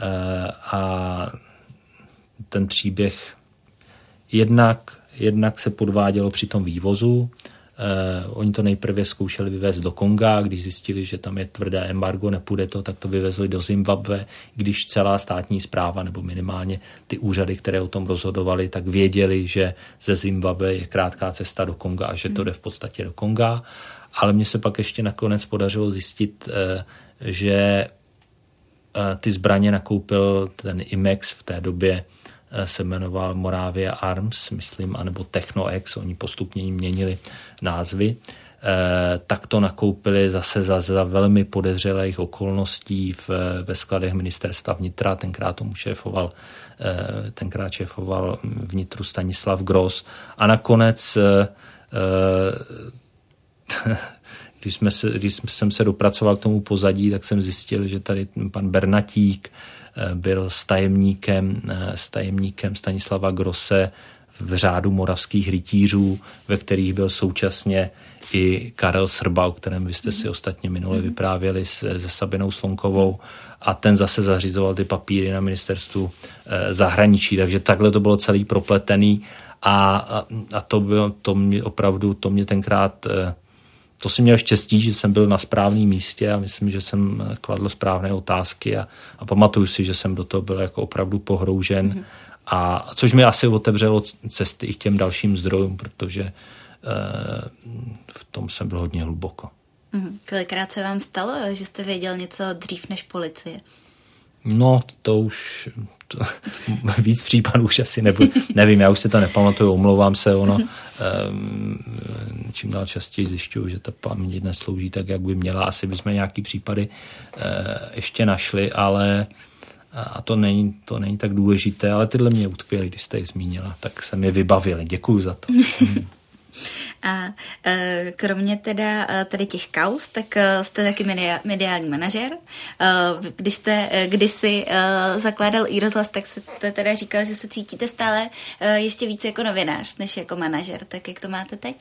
a ten příběh jednak Jednak se podvádělo při tom vývozu. Eh, oni to nejprve zkoušeli vyvést do Konga, když zjistili, že tam je tvrdé embargo, nepůjde to, tak to vyvezli do Zimbabwe, když celá státní správa nebo minimálně ty úřady, které o tom rozhodovaly, tak věděli, že ze Zimbabwe je krátká cesta do Konga a že to jde v podstatě do Konga. Ale mně se pak ještě nakonec podařilo zjistit, eh, že eh, ty zbraně nakoupil ten Imex v té době, se jmenoval Moravia Arms, myslím, anebo Technoex, oni postupně jim měnili názvy, e, tak to nakoupili zase za, za velmi podezřelých okolností v, ve skladech ministerstva vnitra, tenkrát tomu šéfoval, e, tenkrát šéfoval vnitru Stanislav Gross a nakonec e, e, když, jsme se, když jsem se dopracoval k tomu pozadí, tak jsem zjistil, že tady pan Bernatík byl s tajemníkem, s tajemníkem Stanislava Grosse v řádu moravských rytířů, ve kterých byl současně i Karel Srba, o kterém vy jste si ostatně minule vyprávěli se, se Sabinou Slonkovou, a ten zase zařizoval ty papíry na ministerstvu e, zahraničí, takže takhle to bylo celý propletený a, a, a to bylo, to mě opravdu, to mě tenkrát, e, to jsem měl štěstí, že jsem byl na správném místě a myslím, že jsem kladl správné otázky a, a pamatuju si, že jsem do toho byl jako opravdu pohroužen, mm-hmm. a což mi asi otevřelo cesty i k těm dalším zdrojům, protože e, v tom jsem byl hodně hluboko. Mm, kolikrát se vám stalo, že jste věděl něco dřív než policie? No, to už to, víc případů už asi nebudu. Nevím, já už si to nepamatuju, omlouvám se, ono um, čím dál častěji zjišťuju, že ta paměť neslouží tak, jak by měla. Asi bychom nějaký případy uh, ještě našli, ale a to není, to není tak důležité, ale tyhle mě utkvěly, když jste je zmínila, tak se mi vybavili. Děkuju za to. A e, kromě teda tady těch kauz, tak jste taky media, mediální manažer. E, když jste e, kdysi e, zakládal iRozhlas, tak jste teda říkal, že se cítíte stále e, ještě více jako novinář, než jako manažer. Tak jak to máte teď?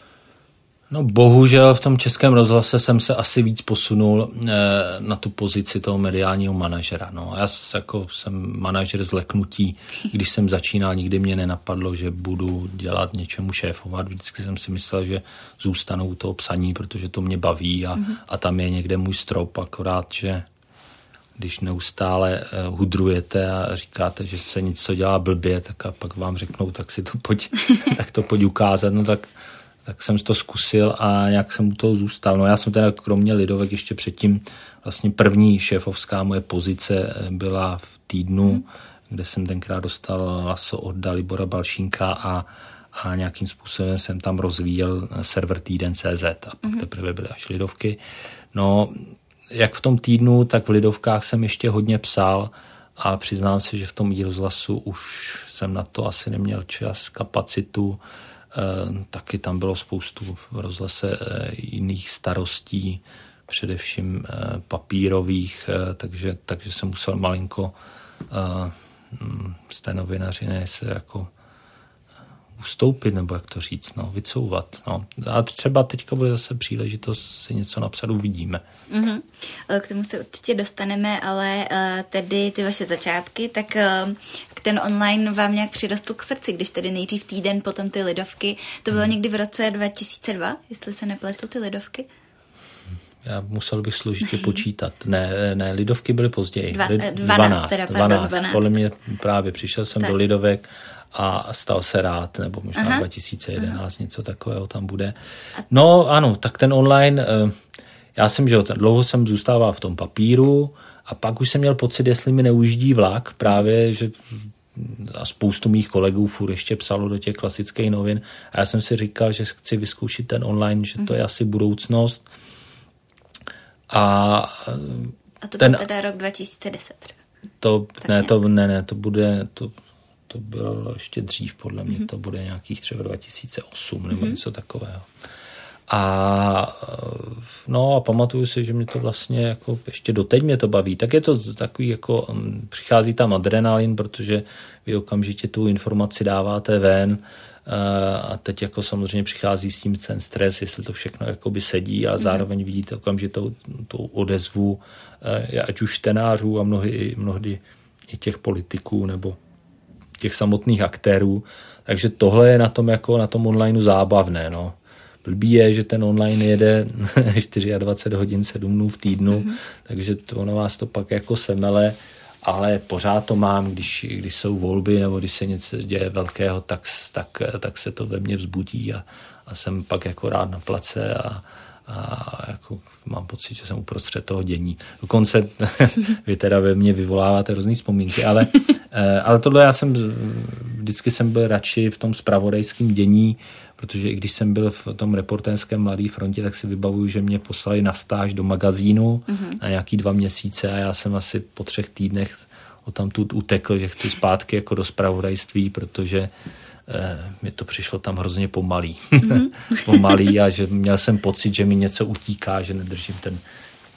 No bohužel v tom Českém rozhlase jsem se asi víc posunul e, na tu pozici toho mediálního manažera. No, já jako jsem manažer z leknutí, když jsem začínal, nikdy mě nenapadlo, že budu dělat něčemu šéfovat. Vždycky jsem si myslel, že zůstanu u toho psaní, protože to mě baví a, mm-hmm. a tam je někde můj strop, akorát, že když neustále e, hudrujete a říkáte, že se něco dělá blbě, tak a pak vám řeknou, tak si to pojď, tak to pojď ukázat, no tak tak jsem to zkusil a nějak jsem u toho zůstal. No já jsem teda kromě Lidovek ještě předtím, vlastně první šéfovská moje pozice byla v Týdnu, hmm. kde jsem tenkrát dostal laso od Dalibora Balšínka a, a nějakým způsobem jsem tam rozvíjel server týden tečka cé zet a pak hmm. teprve byly až Lidovky. No, jak v tom Týdnu, tak v Lidovkách jsem ještě hodně psal a přiznám se, že v tom iRozhlasu už jsem na to asi neměl čas, kapacitu. E, taky tam bylo spoustu v rozhlase e, jiných starostí, především e, papírových, e, takže, takže jsem musel malinko e, z té novinařiny se jako ustoupit, nebo jak to říct, no, vycouvat. No. A třeba teďka bude zase příležitost si něco napsat, uvidíme. Mm-hmm. K tomu se určitě dostaneme, ale uh, tedy ty vaše začátky, tak uh, ten online vám nějak přirostl k srdci, když tedy nejdřív Týden, potom ty Lidovky. To bylo hmm. někdy v roce dva tisíce dva, jestli se nepletu, ty Lidovky? Já musel bych složitě počítat. Ne, ne, Lidovky byly později. Dva, Lid, dvanáct, dvanáct, teda, pardon, dvanáct. dvanáct. Podle mě právě přišel jsem tak do Lidovek a stal se rád, nebo možná Aha. dva tisíce jedenáct, Aha. něco takového tam bude. No ano, tak ten online, já jsem, že dlouho jsem zůstával v tom papíru a pak už jsem měl pocit, jestli mi neujíždí vlak, právě, že a spoustu mých kolegů furt ještě psalo do těch klasických novin a já jsem si říkal, že chci vyzkoušet ten online, že to je asi budoucnost. A, a to ten, byl teda rok dva tisíce deset. To, ne, to, ne, ne, to bude, to, to bylo ještě dřív, podle mě, mm-hmm. to bude nějakých třeba dva tisíce osm nebo mm-hmm. něco takového. A no a pamatuju si, že mě to vlastně jako ještě doteď mě to baví. Tak je to takový jako, přichází tam adrenalin, protože vy okamžitě tu informaci dáváte ven a teď jako samozřejmě přichází s tím ten stres, jestli to všechno jakoby sedí a zároveň vidíte okamžitou tu odezvu ať už čtenářů a mnohdy, mnohdy i těch politiků nebo těch samotných aktérů. Takže tohle je na tom jako na tom onlineu zábavné, no. Blbý je, že ten online jede dvacet čtyři hodin, sedm dnů v týdnu, mm-hmm. takže to ono vás to pak jako semele, ale pořád to mám, když, když jsou volby nebo když se něco děje velkého, tak, tak, tak se to ve mně vzbudí a, a jsem pak jako rád na place a, a jako mám pocit, že jsem uprostřed toho dění. Dokonce vy teda ve mně vyvoláváte různý vzpomínky, ale, ale tohle já jsem vždycky jsem byl radši v tom zpravodajském dění, protože i když jsem byl v tom reportérském Mladé frontě, tak si vybavuju, že mě poslali na stáž do magazínu mm-hmm. na nějaký dva měsíce a já jsem asi po třech týdnech odtamtud utekl, že chci zpátky jako do zpravodajství, protože eh, mi to přišlo tam hrozně pomalý. Mm-hmm. pomalý a že měl jsem pocit, že mi něco utíká, že nedržím ten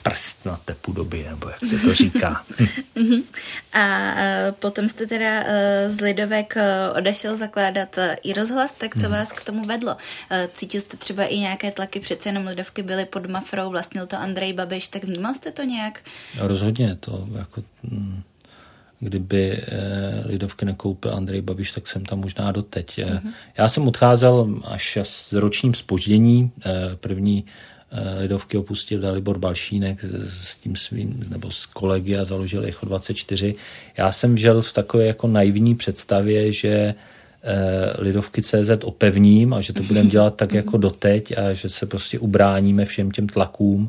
prst na tepu doby, nebo jak se to říká. A potom jste teda z Lidovek odešel zakládat i rozhlas, tak co vás k tomu vedlo? Cítil jste třeba i nějaké tlaky, přece jenom Lidovky byly pod Mafrou, vlastnil to Andrej Babiš, tak vnímal jste to nějak? Rozhodně, to jako... Kdyby Lidovky nekoupil Andrej Babiš, tak jsem tam možná doteď. Mm-hmm. Já jsem odcházel až s ročním zpoždění. První Lidovky opustil Dalibor Balšínek s tím svým, nebo s kolegy a založil Echo dvacet čtyři. Já jsem žil v takové jako naivní představě, že Lidovky tečka cé zet opevním a že to budeme dělat tak jako doteď a že se prostě ubráníme všem těm tlakům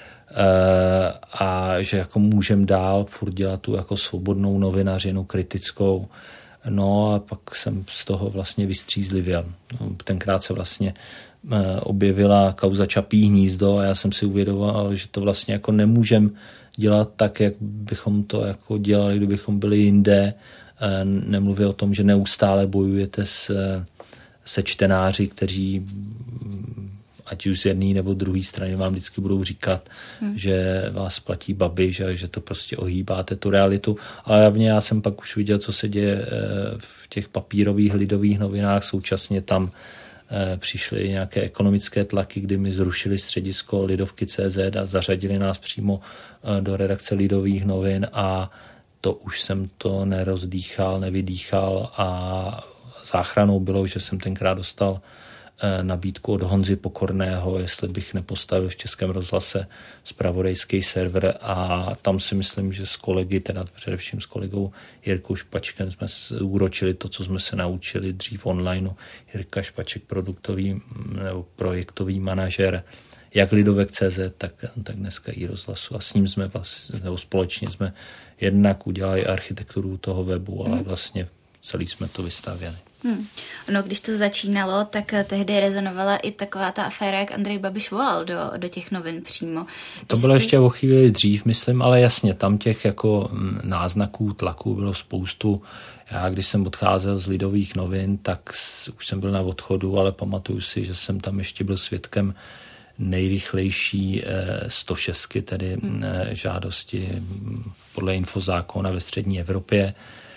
a že jako můžem dál furt dělat tu jako svobodnou novinařinu, kritickou. No a pak jsem z toho vlastně vystřízlivěl. Tenkrát se vlastně objevila kauza Čapí hnízdo a já jsem si uvědomoval, že to vlastně jako nemůžem dělat tak, jak bychom to jako dělali, kdybychom byli jinde. Nemluvě o tom, že neustále bojujete s, se čtenáři, kteří ať už z jedné nebo druhé strany vám vždycky budou říkat, hmm. že vás platí Babiš a že to prostě ohýbáte tu realitu. Ale hlavně já jsem pak už viděl, co se děje v těch papírových lidových novinách. Současně tam přišly nějaké ekonomické tlaky, kdy mi zrušili středisko Lidovky tečka cé zet a zařadili nás přímo do redakce Lidových novin a to už jsem to nerozdýchal, nevydýchal a záchranou bylo, že jsem tenkrát dostal nabídku od Honzy Pokorného, jestli bych nepostavil v Českém rozhlase zpravodajský server a tam si myslím, že s kolegy, teda především s kolegou Jirkou Špačkem jsme úročili to, co jsme se naučili dřív online. Jirka Špaček, produktový nebo projektový manažer jak Lidovek tečka cé zet, tak, tak dneska i rozhlasu a s ním jsme vlastně, nebo společně jsme jednak udělali architekturu toho webu, ale vlastně celý jsme to vystavěli. Hmm. No, když to začínalo, tak tehdy rezonovala i taková ta aféra, jak Andrej Babiš volal do, do těch novin přímo. To bylo si... ještě o chvíli dřív, myslím, ale jasně, tam těch jako náznaků, tlaků bylo spoustu. Já, když jsem odcházel z Lidových novin, tak už jsem byl na odchodu, ale pamatuju si, že jsem tam ještě byl svědkem nejrychlejší sto šest, tedy hmm. žádosti podle infozákona ve střední Evropě.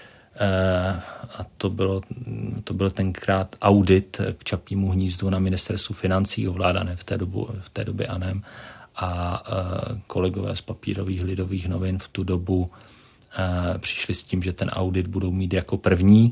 A to, bylo, to byl tenkrát audit k Čapímu hnízdu na ministerstvu financí, ovládané v té, dobu, v té době ANEM a kolegové z papírových Lidových novin v tu dobu přišli s tím, že ten audit budou mít jako první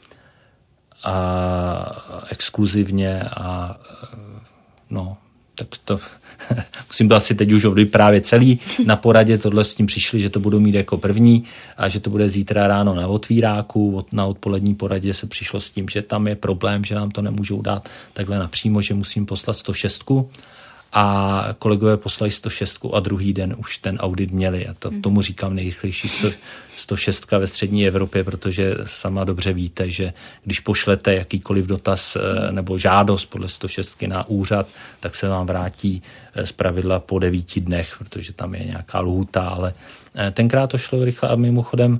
a exkluzivně a no, tak to musím to asi teď už vyprávět celý. Na poradě tohle s tím přišli, že to budou mít jako první a že to bude zítra ráno na otvíráku. Na odpolední poradě se přišlo s tím, že tam je problém, že nám to nemůžou dát takhle napřímo, že musím poslat sto šest a kolegové poslali sto šest a druhý den už ten audit měli. A to, tomu říkám nejrychlejší sto šest ve střední Evropě, protože sama dobře víte, že když pošlete jakýkoliv dotaz nebo žádost podle sto šest na úřad, tak se vám vrátí zpravidla po devíti dnech, protože tam je nějaká lhůta, ale tenkrát to šlo rychle a mimochodem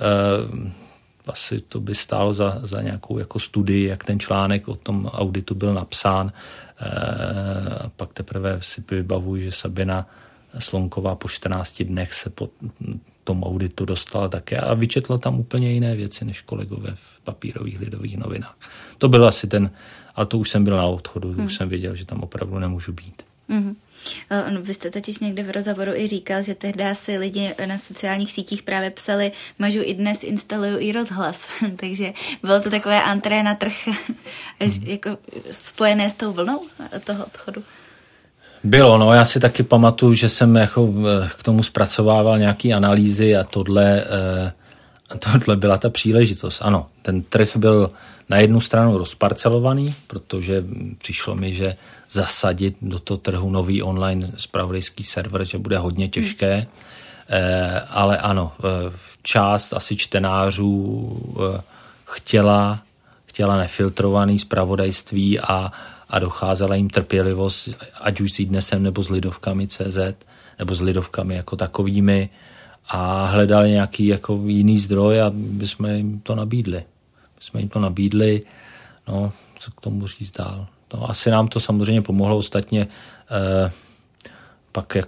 asi to by stálo za, za nějakou jako studii, jak ten článek o tom auditu byl napsán. E, pak teprve si vybavuji, že Sabina Slonková po čtrnácti dnech se po tom auditu dostala také a vyčetla tam úplně jiné věci než kolegové v papírových Lidových novinách. To byl asi ten, ale to už jsem byl na odchodu, hmm. už jsem věděl, že tam opravdu nemůžu být. Mm-hmm. No, vy jste totiž někde v rozhovoru i říkal, že tehdy si lidi na sociálních sítích právě psali, mažu i dnes instaluju i rozhlas, takže bylo to takové antré na trh mm. jako spojené s tou vlnou toho odchodu. Bylo, no, já si taky pamatuju, že jsem jako k tomu zpracovával nějaký analýzy a tohle, tohle byla ta příležitost. Ano, ten trh byl na jednu stranu rozparcelovaný, protože přišlo mi, že zasadit do toho trhu nový online zpravodajský server, že bude hodně těžké, hmm. eh, ale ano, část asi čtenářů eh, chtěla, chtěla nefiltrovaný zpravodajství a, a docházela jim trpělivost, ať už s iDnesem nebo s Lidovkami tečka cé zet, nebo s Lidovkami jako takovými a hledali nějaký jako jiný zdroj a my jsme jim to nabídli. jsme jim to nabídli, no, co k tomu říct dál. No, asi nám to samozřejmě pomohlo, ostatně eh, pak jako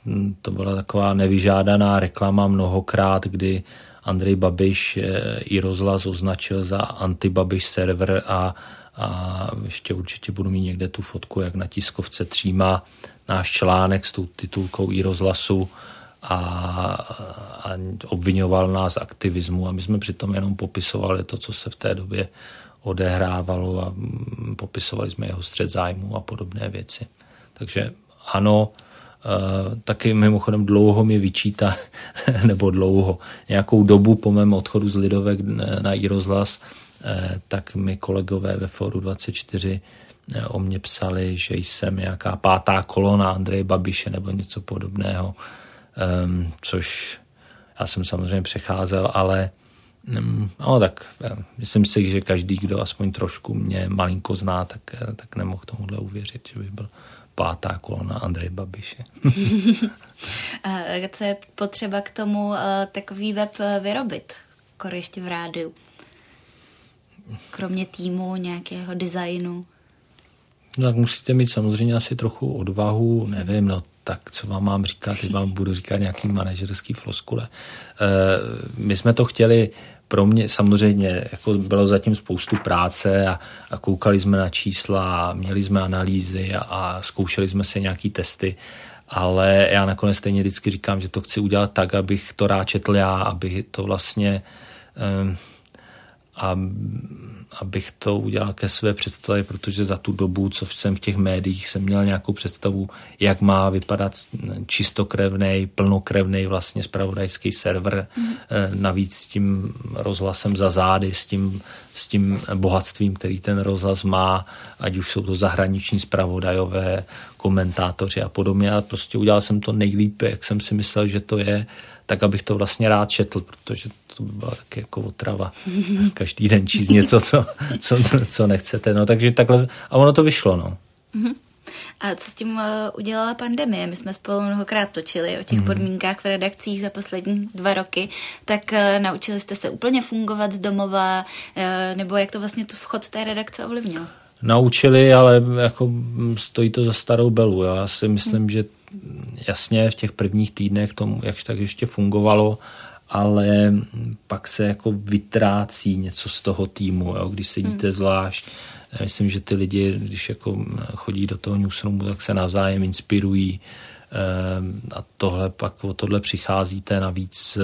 to byla taková nevyžádaná reklama mnohokrát, kdy Andrej Babiš i rozhlas označil za anti-Babiš server a, a ještě určitě budu mít někde tu fotku, jak na tiskovce třímá náš článek s tou titulkou i rozhlasu a, a obvinoval nás z aktivismu a my jsme přitom jenom popisovali to, co se v té době odehrávalo a popisovali jsme jeho střet zájmů a podobné věci. Takže ano, taky mimochodem dlouho mi vyčítá, nebo dlouho, nějakou dobu po mém odchodu z Lidovek na iRozhlas, tak mi kolegové ve Fóru dvacet čtyři o mě psali, že jsem nějaká pátá kolona Andreje Babiše nebo něco podobného, což já jsem samozřejmě přecházel, ale no tak myslím si, že každý, kdo aspoň trošku mě malinko zná, tak, tak nemohl tomuhle uvěřit, že bych byl pátá kolona Andreje Babiše. Co je potřeba k tomu takový web vyrobit? Kor ještě v rádiu. Kromě týmu, nějakého designu. No tak musíte mít samozřejmě asi trochu odvahu, nevím, no tak co vám mám říkat, teď vám budu říkat nějaký manažerský floskule. E, my jsme to chtěli, pro mě samozřejmě jako bylo zatím spoustu práce a, a koukali jsme na čísla, měli jsme analýzy a, a zkoušeli jsme si nějaký testy, ale já nakonec stejně vždycky říkám, že to chci udělat tak, abych to rád četl já, aby to vlastně um, a, abych to udělal ke své představě, protože za tu dobu, co jsem v těch médiích, jsem měl nějakou představu, jak má vypadat čistokrevnej, plnokrevnej vlastně zpravodajský server, mm. navíc s tím rozhlasem za zády, s tím, s tím bohatstvím, který ten rozhlas má, ať už jsou to zahraniční zpravodajové, komentátoři a podobně. A prostě udělal jsem to nejlíp, jak jsem si myslel, že to je, tak abych to vlastně rád četl, protože to by byla taky jako otrava. Každý den číst něco, co, co, co nechcete. No, takže takhle, a ono to vyšlo, no. A co s tím udělala pandemie? My jsme spolu mnohokrát točili o těch mm. podmínkách v redakcích za poslední dva roky, tak naučili jste se úplně fungovat z domova, nebo jak to vlastně tu vchod té redakce ovlivnilo? Naučili, ale jako stojí to za starou belu. Já si myslím, mm. že jasně v těch prvních týdnech tomu jakž tak ještě fungovalo, ale pak se jako vytrácí něco z toho týmu, jo? Když sedíte mm. zvlášť. Já myslím, že ty lidi, když jako chodí do toho newsroomu, tak se navzájem inspirují a tohle pak o tohle přicházíte, navíc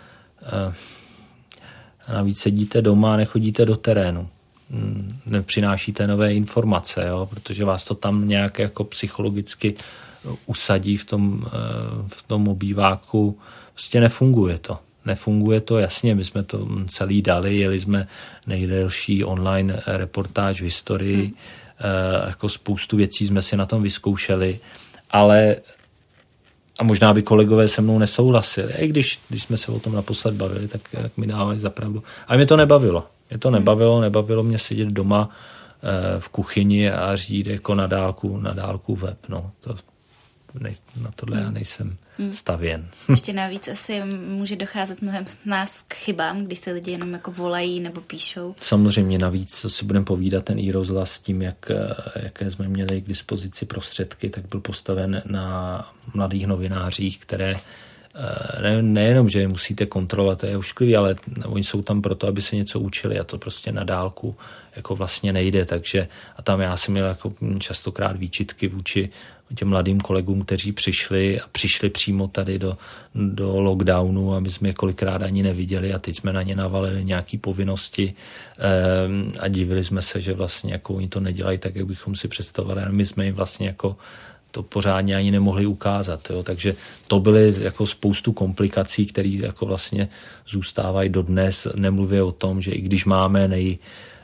navíc sedíte doma a nechodíte do terénu. Nepřinášíte nové informace, jo? Protože vás to tam nějak jako psychologicky usadí v tom, v tom obýváku. Prostě nefunguje to. Nefunguje to, jasně, my jsme to celý dali, jeli jsme nejdelší online reportáž v historii, hmm. e, jako spoustu věcí jsme si na tom vyzkoušeli, ale a možná by kolegové se mnou nesouhlasili, i když, když jsme se o tom naposled bavili, tak jak mi dávali za pravdu. Ale mě to nebavilo. Mě to nebavilo, hmm. nebavilo mě sedět doma e, v kuchyni a řídit jako na dálku, na dálku web, no, to Nej, na tohle já nejsem hmm. stavěn. Ještě navíc asi může docházet mnohem z nás k chybám, když se lidi jenom jako volají nebo píšou. Samozřejmě navíc, co si budeme povídat, ten iRozhlas s tím, jak, jaké jsme měli k dispozici prostředky, tak byl postaven na mladých novinářích, které ne, nejenom, že je musíte kontrolovat, to je ošklivý, ale oni jsou tam proto, aby se něco učili a to prostě na dálku jako vlastně nejde, takže a tam já jsem měl jako častokrát výčitky vůči těm mladým kolegům, kteří přišli a přišli přímo tady do, do lockdownu a my jsme je kolikrát ani neviděli a teď jsme na ně navalili nějaké povinnosti um, a divili jsme se, že vlastně jako oni to nedělají tak, jak bychom si představovali a my jsme jim vlastně jako to pořádně ani nemohli ukázat. Jo? Takže to byly jako spoustu komplikací, které jako vlastně zůstávají dodnes. Nemluvě o tom, že i když máme nej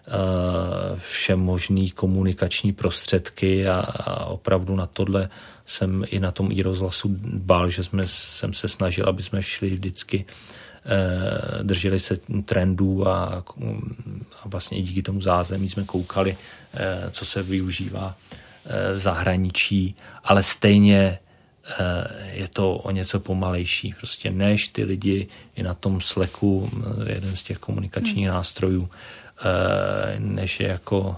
všem možný komunikační prostředky a, a opravdu na tohle jsem i na tom iRozhlasu dbal, že jsme, jsem se snažil, aby jsme šli vždycky, eh, drželi se trendů a, a vlastně i díky tomu zázemí jsme koukali, eh, co se využívá eh, v zahraničí, ale stejně eh, je to o něco pomalejší. Prostě než ty lidi i na tom Slacku, jeden z těch komunikačních hmm. nástrojů, než je jako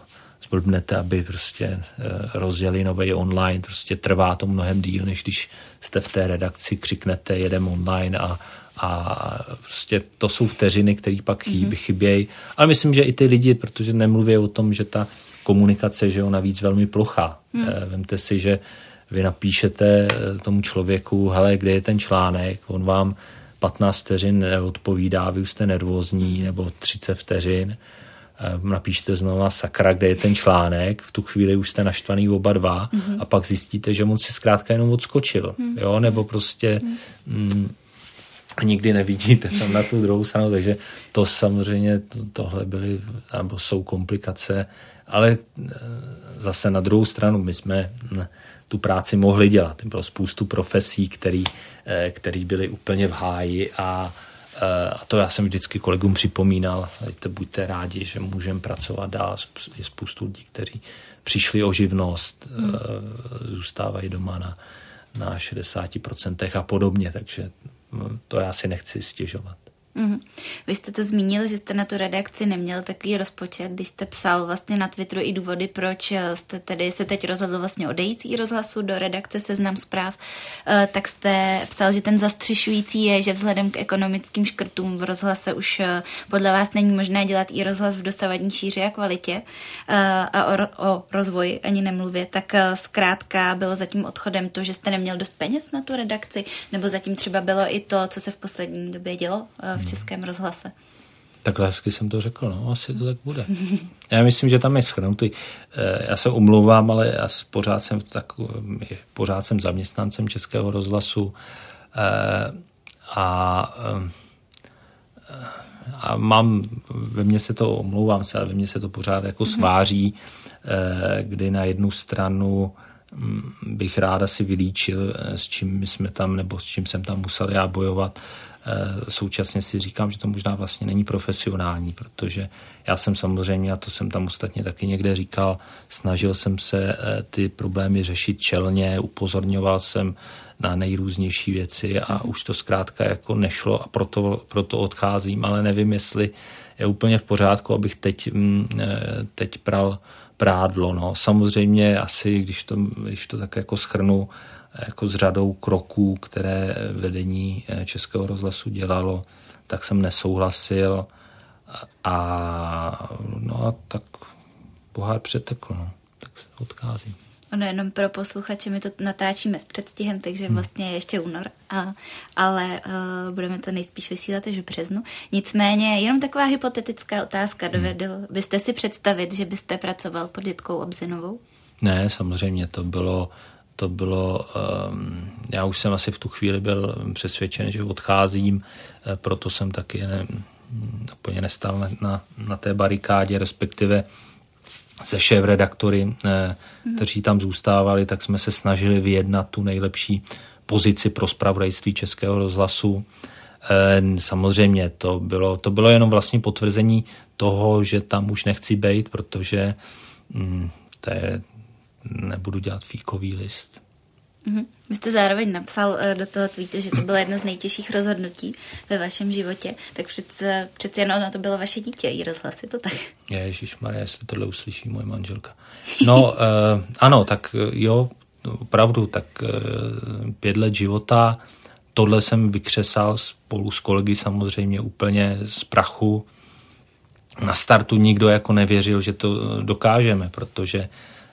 zblbnete, aby prostě rozjeli novej online, prostě trvá to mnohem díl, než když jste v té redakci, křiknete, jedem online a, a prostě to jsou vteřiny, které pak chybí, mm-hmm. chybějí. Ale myslím, že i ty lidi, protože nemluví o tom, že ta komunikace, že je navíc velmi plochá. Mm. Vemte si, že vy napíšete tomu člověku, hele, kde je ten článek, on vám patnáct vteřin neodpovídá, vy už jste nervózní, nebo třicet vteřin, napíšete znova sakra, kde je ten článek, v tu chvíli už jste naštvaný oba dva mm-hmm. a pak zjistíte, že on si zkrátka jenom odskočil, mm. jo, nebo prostě mm. Mm, nikdy nevidíte tam na tu druhou stranu, takže to samozřejmě tohle byly, nebo jsou komplikace, ale zase na druhou stranu my jsme tu práci mohli dělat. Bylo spoustu profesí, který, který byly úplně v háji a, a to já jsem vždycky kolegům připomínal, buďte rádi, že můžeme pracovat dál. Je spoustu lidí, kteří přišli o živnost, hmm. zůstávají doma na, na šedesát procent a podobně, takže to já si nechci stěžovat. Mm. Vy jste to zmínil, že jste na tu redakci neměl takový rozpočet, když jste psal vlastně na Twitteru i důvody, proč jste tedy se teď rozhodl vlastně odejít z iRozhlasu do redakce Seznam Zpráv, tak jste psal, že ten zastřešující je, že vzhledem k ekonomickým škrtům v rozhlase už podle vás není možné dělat iRozhlas v dosavadní šíři a kvalitě a o, o rozvoji ani nemluvě, tak zkrátka bylo za tím odchodem to, že jste neměl dost peněz na tu redakci, nebo zatím třeba bylo i to, co se v poslední době dělo v Českém rozhlase. Takhle hezky jsem to řekl, no, asi to tak bude. Já myslím, že tam je shrnutý. Já se omlouvám, ale já pořád jsem, tak, pořád jsem zaměstnancem Českého rozhlasu a, a mám, ve mně se to, omlouvám se, ale ve mně se to pořád jako sváří, kdy na jednu stranu bych ráda si vylíčil, s čím my jsme tam, nebo s čím jsem tam musel já bojovat. Současně si říkám, že to možná vlastně není profesionální, protože já jsem samozřejmě, a to jsem tam ostatně taky někde říkal, snažil jsem se ty problémy řešit čelně, upozorňoval jsem na nejrůznější věci a už to zkrátka jako nešlo a proto, proto odcházím, ale nevím, jestli je úplně v pořádku, abych teď, teď pral prádlo. No. Samozřejmě asi, když to, když to tak jako shrnu, jako s řadou kroků, které vedení Českého rozhlasu dělalo, tak jsem nesouhlasil a no a tak pohár přetekl, no. Tak se odcházím. Ono jenom pro posluchače, my to natáčíme s předstihem, takže vlastně je ještě únor, a, ale uh, budeme to nejspíš vysílat až v březnu. Nicméně jenom taková hypotetická otázka. Dovedl byste si představit, že byste pracoval pod Jitkou Obzinovou? Ne, samozřejmě to bylo To bylo, um, já už jsem asi v tu chvíli byl přesvědčen, že odcházím, proto jsem taky ne, úplně nestal na, na, na té barikádě, respektive se šéfredaktory, eh, mm. kteří tam zůstávali, tak jsme se snažili vyjednat tu nejlepší pozici pro zpravodajství Českého rozhlasu. Eh, samozřejmě to bylo, to bylo jenom vlastně potvrzení toho, že tam už nechci bejt, protože hm, to je, nebudu dělat fíkový list. Mm-hmm. Vy jste zároveň napsal do toho tweetu, že to bylo jedno z nejtěžších rozhodnutí ve vašem životě, tak přece, přece jenom to bylo vaše dítě, iRozhlas, je to tak? Ježišmarja, jestli tohle uslyší moje manželka. No, uh, ano, tak jo, opravdu, tak uh, pět let života, tohle jsem vykřesal spolu s kolegy samozřejmě úplně z prachu. Na startu nikdo jako nevěřil, že to dokážeme, protože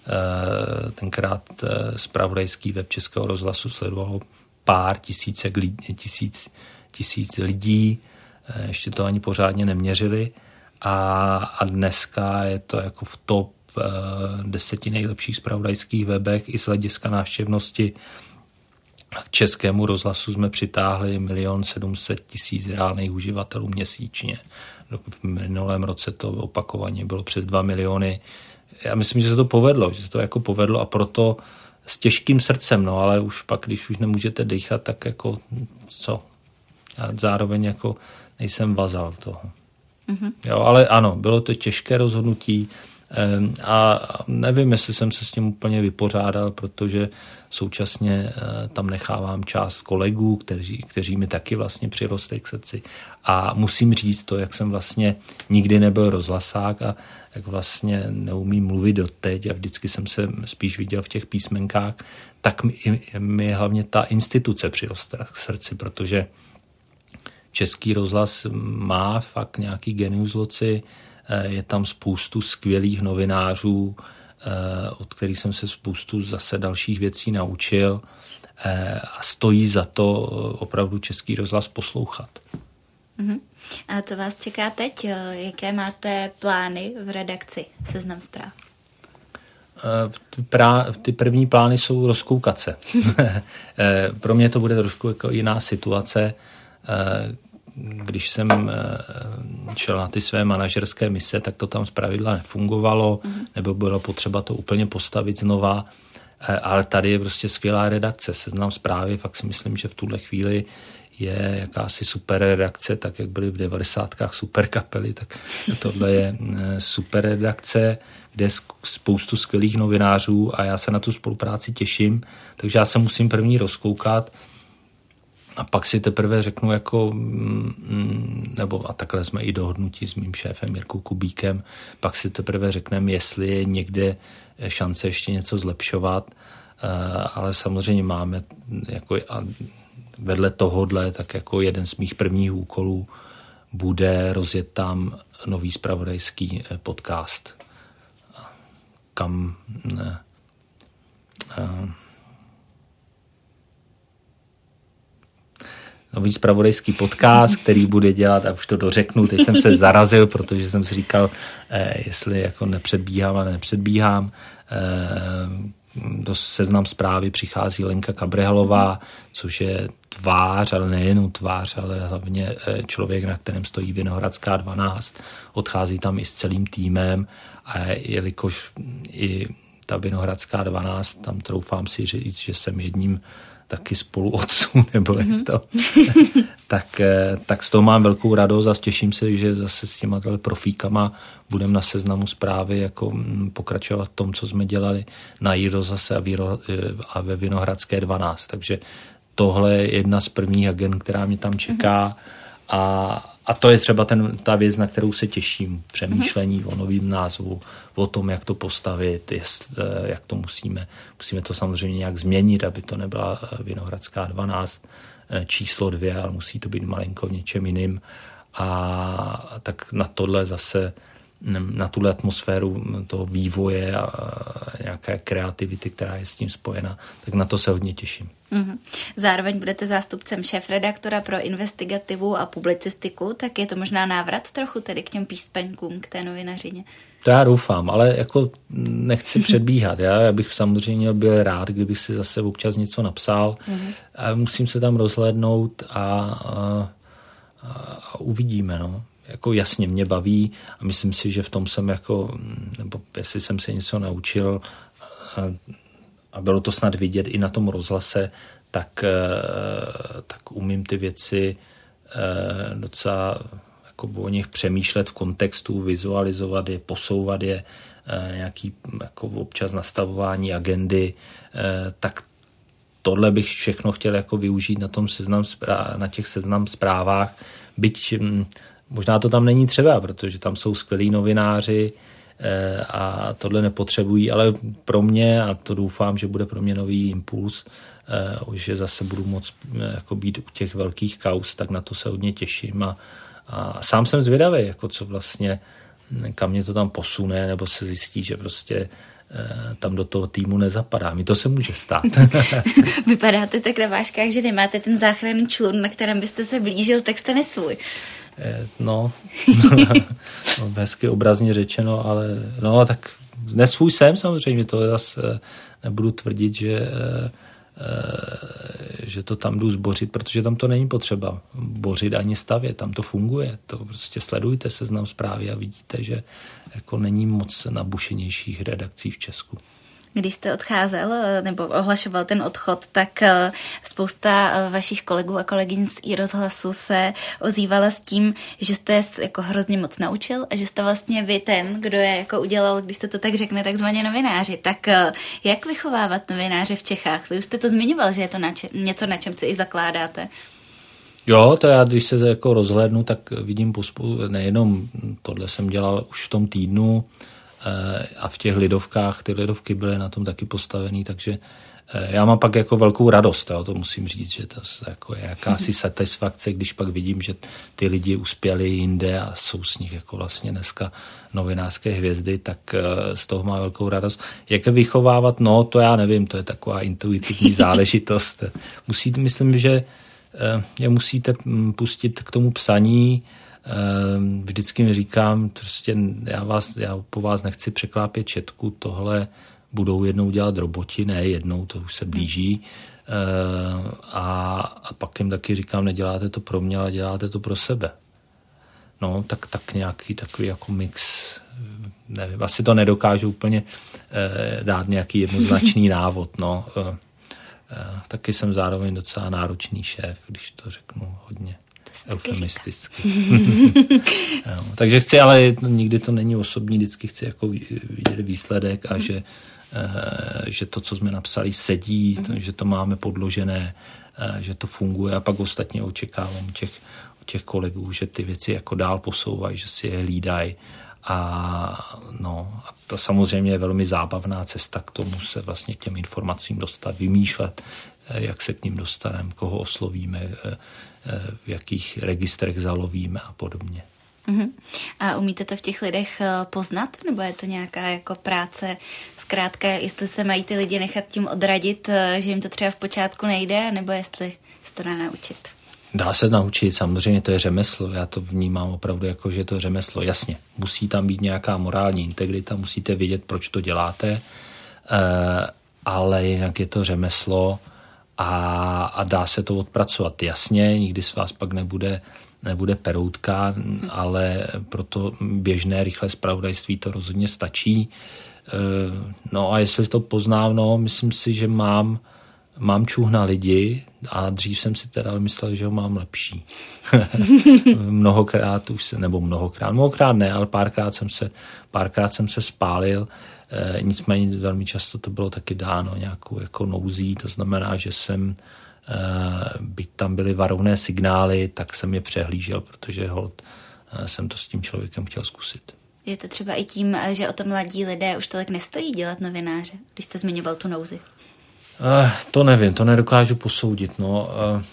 tenkrát zpravodajský web Českého rozhlasu sledovalo pár tisícek lidí, tisíc, tisíc lidí, ještě to ani pořádně neměřili a, a dneska je to jako v top deseti nejlepších zpravodajských webech i z hlediska návštěvnosti. K Českému rozhlasu jsme přitáhli milion sedm set tisíc reálných uživatelů měsíčně. V minulém roce to opakovaně bylo přes dva miliony. Já myslím, že se to povedlo, že se to jako povedlo a proto s těžkým srdcem, no ale už pak, když už nemůžete dýchat, tak jako co? Já zároveň jako nejsem vazal toho. Mm-hmm. Jo, ale ano, bylo to těžké rozhodnutí, A nevím, jestli jsem se s tím úplně vypořádal, protože současně tam nechávám část kolegů, kteří, kteří mi taky vlastně přirostli k srdci. A musím říct to, jak jsem vlastně nikdy nebyl rozhlasák a jak vlastně neumím mluvit doteď a vždycky jsem se spíš viděl v těch písmenkách, tak mi, mi hlavně ta instituce přirostla k srdci, protože Český rozhlas má fakt nějaký genius loci, je tam spoustu skvělých novinářů, od kterých jsem se spoustu zase dalších věcí naučil a stojí za to opravdu Český rozhlas poslouchat. Uh-huh. A co vás čeká teď? Jaké máte plány v redakci Seznam Zpráv? Ty, prá, ty první plány jsou rozkoukat se. Pro mě to bude trošku jako jiná situace. Když jsem šel na ty své manažerské mise, tak to tam zpravidla nefungovalo, mm-hmm. nebo bylo potřeba to úplně postavit znova, ale tady je prostě skvělá redakce. Seznam Zprávy, fakt si myslím, že v tuhle chvíli je jakási super redakce, tak jak byly v devadesátkách super kapely, tak tohle je super redakce, kde je spoustu skvělých novinářů a já se na tu spolupráci těším, takže já se musím první rozkoukat a pak si teprve řeknu jako, nebo a takhle jsme i dohodnutí s mým šéfem Jirkou Kubíkem, pak si teprve řekneme, jestli je někde šance ještě něco zlepšovat, ale samozřejmě máme jako a vedle tohodle, tak jako jeden z mých prvních úkolů bude rozjet tam nový zpravodajský podcast, kam ne, nový zpravodajský podcast, který bude dělat, a už to dořeknu, teď jsem se zarazil, protože jsem si říkal, eh, jestli jako nepředbíhám a nepředbíhám. Eh, do Seznam Zprávy přichází Lenka Kabrhelová, což je tvář, ale nejenom tvář, ale hlavně člověk, na kterém stojí Vinohradská dvanáct. Odchází tam i s celým týmem a jelikož i ta Vinohradská dvanáct, tam troufám si říct, že jsem jedním taky spoluotců, nebo jak to, tak, tak z toho mám velkou radost a těším se, že zase s těma profíkama budeme na Seznamu Zprávy jako pokračovat v tom, co jsme dělali na Jíro zase a, Víro, a ve Vinohradské dvanáct. Takže tohle je jedna z prvních agend, která mě tam čeká a A to je třeba ten, ta věc, na kterou se těším. Přemýšlení o novým názvu, o tom, jak to postavit, jest, jak to musíme. Musíme to samozřejmě nějak změnit, aby to nebyla Vinohradská dvanáct číslo dvě, ale musí to být malinko v něčem jiným. A tak na tohle zase, na tuhle atmosféru toho vývoje a nějaké kreativity, která je s tím spojena, tak na to se hodně těším. Mm-hmm. Zároveň budete zástupcem šéfredaktora pro investigativu a publicistiku, tak je to možná návrat trochu tedy k těm píspeňkům, k té novinařině. To já doufám, ale jako nechci předbíhat. Já, já bych samozřejmě byl rád, kdybych si zase občas něco napsal. Mm-hmm. A musím se tam rozhlédnout a, a, a uvidíme, no. Jako jasně mě baví a myslím si, že v tom jsem jako, nebo jestli jsem se něco naučil a bylo to snad vidět i na tom rozhlase, tak, tak umím ty věci docela jako o nich přemýšlet v kontextu, vizualizovat je, posouvat je, nějaký jako občas nastavování agendy, tak tohle bych všechno chtěl jako využít na tom seznam, na těch seznam zprávách, byť možná to tam není třeba, protože tam jsou skvělí novináři a tohle nepotřebují, ale pro mě, a to doufám, že bude pro mě nový impuls, že zase budu moct jako být u těch velkých kauz, tak na to se hodně těším a, a sám jsem zvědavý, jako co vlastně, kam mě to tam posune, nebo se zjistí, že prostě tam do toho týmu nezapadá. Mi to se může stát. Vypadáte tak na vážkách, že nemáte ten záchranný člun, na kterém byste se blížil, tak jste nesvůj. No, no, hezky obrazně řečeno, ale no, tak nesvůj jsem samozřejmě, to zase nebudu tvrdit, že, že to tam jdu zbořit, protože tam to není potřeba bořit ani stavět, tam to funguje, to prostě sledujte Seznam Zprávy a vidíte, že jako není moc nabušenějších redakcí v Česku. Když jste odcházel nebo ohlašoval ten odchod, tak spousta vašich kolegů a kolegyň z iRozhlasu se ozývala s tím, že jste jako hrozně moc naučil a že jste vlastně vy ten, kdo je jako udělal, když se to tak řekne, takzvaně novináři. Tak jak vychovávat novináře v Čechách? Vy už jste to zmiňoval, že je to na če- něco, na čem si i zakládáte. Jo, to já, když se jako rozhlédnu, tak vidím pospu, nejenom tohle jsem dělal už v tom týdnu eh, a v těch lidovkách, ty lidovky byly na tom taky postavený, takže eh, já mám pak jako velkou radost, jo, to musím říct, že to jako je jakási satisfakce, když pak vidím, že ty lidi uspěli jinde a jsou z nich jako vlastně dneska novinářské hvězdy, tak eh, z toho má velkou radost. Jak je vychovávat? No, to já nevím, to je taková intuitivní záležitost. Musíte, myslím, že je musíte pustit k tomu psaní. Vždycky mi říkám, prostě já, vás, já po vás nechci překlápět četku, tohle budou jednou dělat roboti, ne jednou, to už se blíží. A, a pak jim taky říkám, neděláte to pro mě, ale děláte to pro sebe. No, tak, tak nějaký takový jako mix, nevím, asi to nedokážu úplně dát nějaký jednoznačný návod, no. Taky jsem zároveň docela náročný šéf, když to řeknu hodně eufemisticky. No, takže chci, ale nikdy to není osobní, vždycky chci jako vidět výsledek a mm. že, že to, co jsme napsali, sedí, mm. to, že to máme podložené, že to funguje a pak ostatně očekávám těch, od těch kolegů, že ty věci jako dál posouvají, že si je hlídají. A, no, a to samozřejmě je velmi zábavná cesta k tomu se vlastně těm informacím dostat, vymýšlet, jak se k ním dostaneme, koho oslovíme, v jakých registrech zalovíme a podobně. Uh-huh. A umíte to v těch lidech poznat? Nebo je to nějaká jako práce zkrátka, jestli se mají ty lidi nechat tím odradit, že jim to třeba v počátku nejde, nebo jestli se to dá naučit? Dá se naučit, samozřejmě to je řemeslo, já to vnímám opravdu jako, že to je řemeslo. Jasně, musí tam být nějaká morální integrita, musíte vědět, proč to děláte, ale jinak je to řemeslo a, a dá se to odpracovat. Jasně, nikdy z vás pak nebude, nebude peroutka, ale pro to běžné rychlé zpravodajství to rozhodně stačí. No a jestli to poznám, no, myslím si, že mám Mám čuch na lidi a dřív jsem si teda myslel, že ho mám lepší. mnohokrát už se, nebo mnohokrát, mnohokrát ne, ale párkrát jsem se, párkrát jsem se spálil. E, nicméně velmi často to bylo taky dáno nějakou jako nouzí, to znamená, že jsem, e, byť tam byly varovné signály, tak jsem je přehlížel, protože holt e, jsem to s tím člověkem chtěl zkusit. Je to třeba i tím, že o tom mladí lidé už tolik nestojí dělat novináře, když jste zmiňoval tu nouzi? Uh, to nevím, to nedokážu posoudit. No. Uh,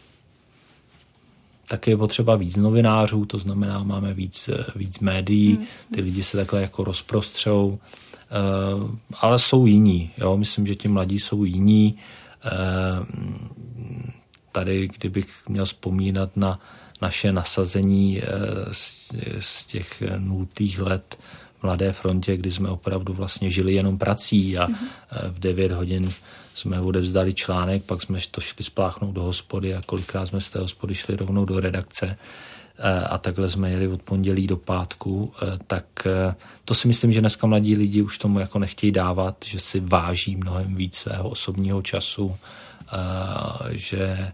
taky je potřeba víc novinářů, to znamená, máme víc, víc médií, ty lidi se takhle jako rozprostřou, uh, ale jsou jiní. Jo? Myslím, že ti mladí jsou jiní. Uh, tady, kdybych měl vzpomínat na naše nasazení uh, z, z těch nultých let Mladé frontě, kdy jsme opravdu vlastně žili jenom prací a uh, v devět hodin jsme odevzdali článek, pak jsme to šli spláchnout do hospody a kolikrát jsme z té hospody šli rovnou do redakce a takhle jsme jeli od pondělí do pátku, tak to si myslím, že dneska mladí lidi už tomu jako nechtějí dávat, že si váží mnohem víc svého osobního času, že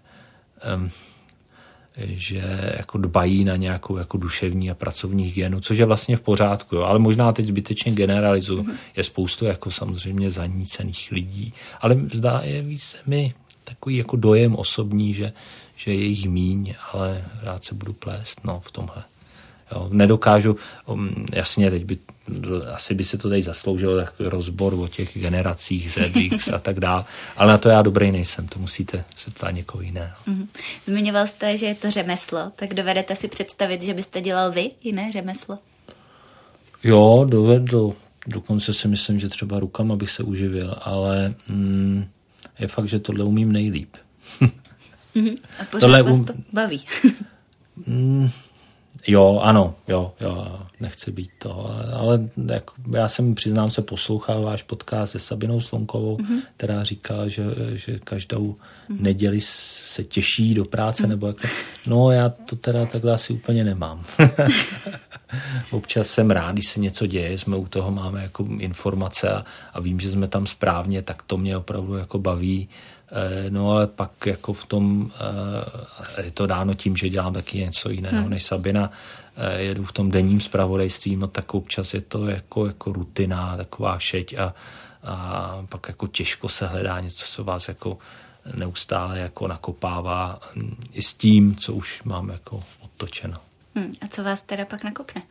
že jako dbají na nějakou jako duševní a pracovní hygienu, což je vlastně v pořádku, jo. Ale možná teď zbytečně generalizuju. Mm-hmm. Je spoustu jako samozřejmě zanícených lidí, ale zdá je víc mi takový jako dojem osobní, že, že je jich míň, ale rád se budu plést, no, v tomhle. Jo, nedokážu, um, jasně, teď by, asi by se to tady zasloužilo tak rozbor o těch generacích Z X a tak dál, ale na to já dobrý nejsem, to musíte se ptát někoho jiného. Mm-hmm. Zmiňoval jste, že je to řemeslo, tak dovedete si představit, že byste dělal vy jiné řemeslo? Jo, dovedl. Dokonce si myslím, že třeba rukama bych se uživil, ale mm, je fakt, že tohle umím nejlíp. Mm-hmm. A pořád tohle vás um... to baví? mm, Jo, ano, jo, jo, nechci být to, ale jak, já jsem, přiznám se, poslouchal váš podcast se Sabinou Slonkovou, mm-hmm. která říkala, že, že každou mm-hmm. neděli se těší do práce, mm-hmm. nebo jak. No, já to teda takhle asi úplně nemám. občas jsem rád, když se něco děje, jsme u toho, máme jako informace a, a vím, že jsme tam správně, tak to mě opravdu jako baví. No ale pak jako v tom, je to dáno tím, že dělám taky něco jiného než Sabina, jedu v tom denním zpravodajství, no tak občas je to jako, jako rutina, taková šeť a, a pak jako těžko se hledá něco, co vás jako neustále jako nakopává i s tím, co už mám jako odtočeno. Hmm, a co vás teda pak nakopne?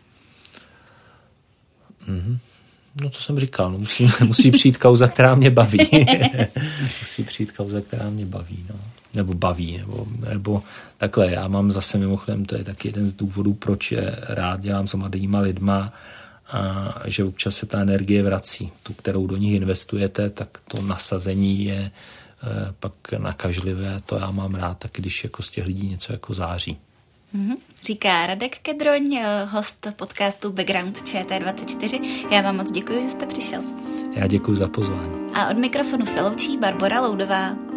Mhm. No to jsem říkal, no musí, musí přijít kauza, která mě baví. musí přijít kauza, která mě baví, no. Nebo baví, nebo, nebo takhle. Já mám zase mimochodem, to je taky jeden z důvodů, proč je rád dělám s mladýma lidma, a že občas se ta energie vrací. Tu, kterou do nich investujete, tak to nasazení je e, pak nakažlivé. To já mám rád, tak když jako z těch lidí něco jako září. Mm-hmm. Říká Radek Kedroň, host podcastu Background Č T dvacet čtyři. Já vám moc děkuji, že jste přišel. Já děkuji za pozvání. A od mikrofonu se loučí Barbora Loudová.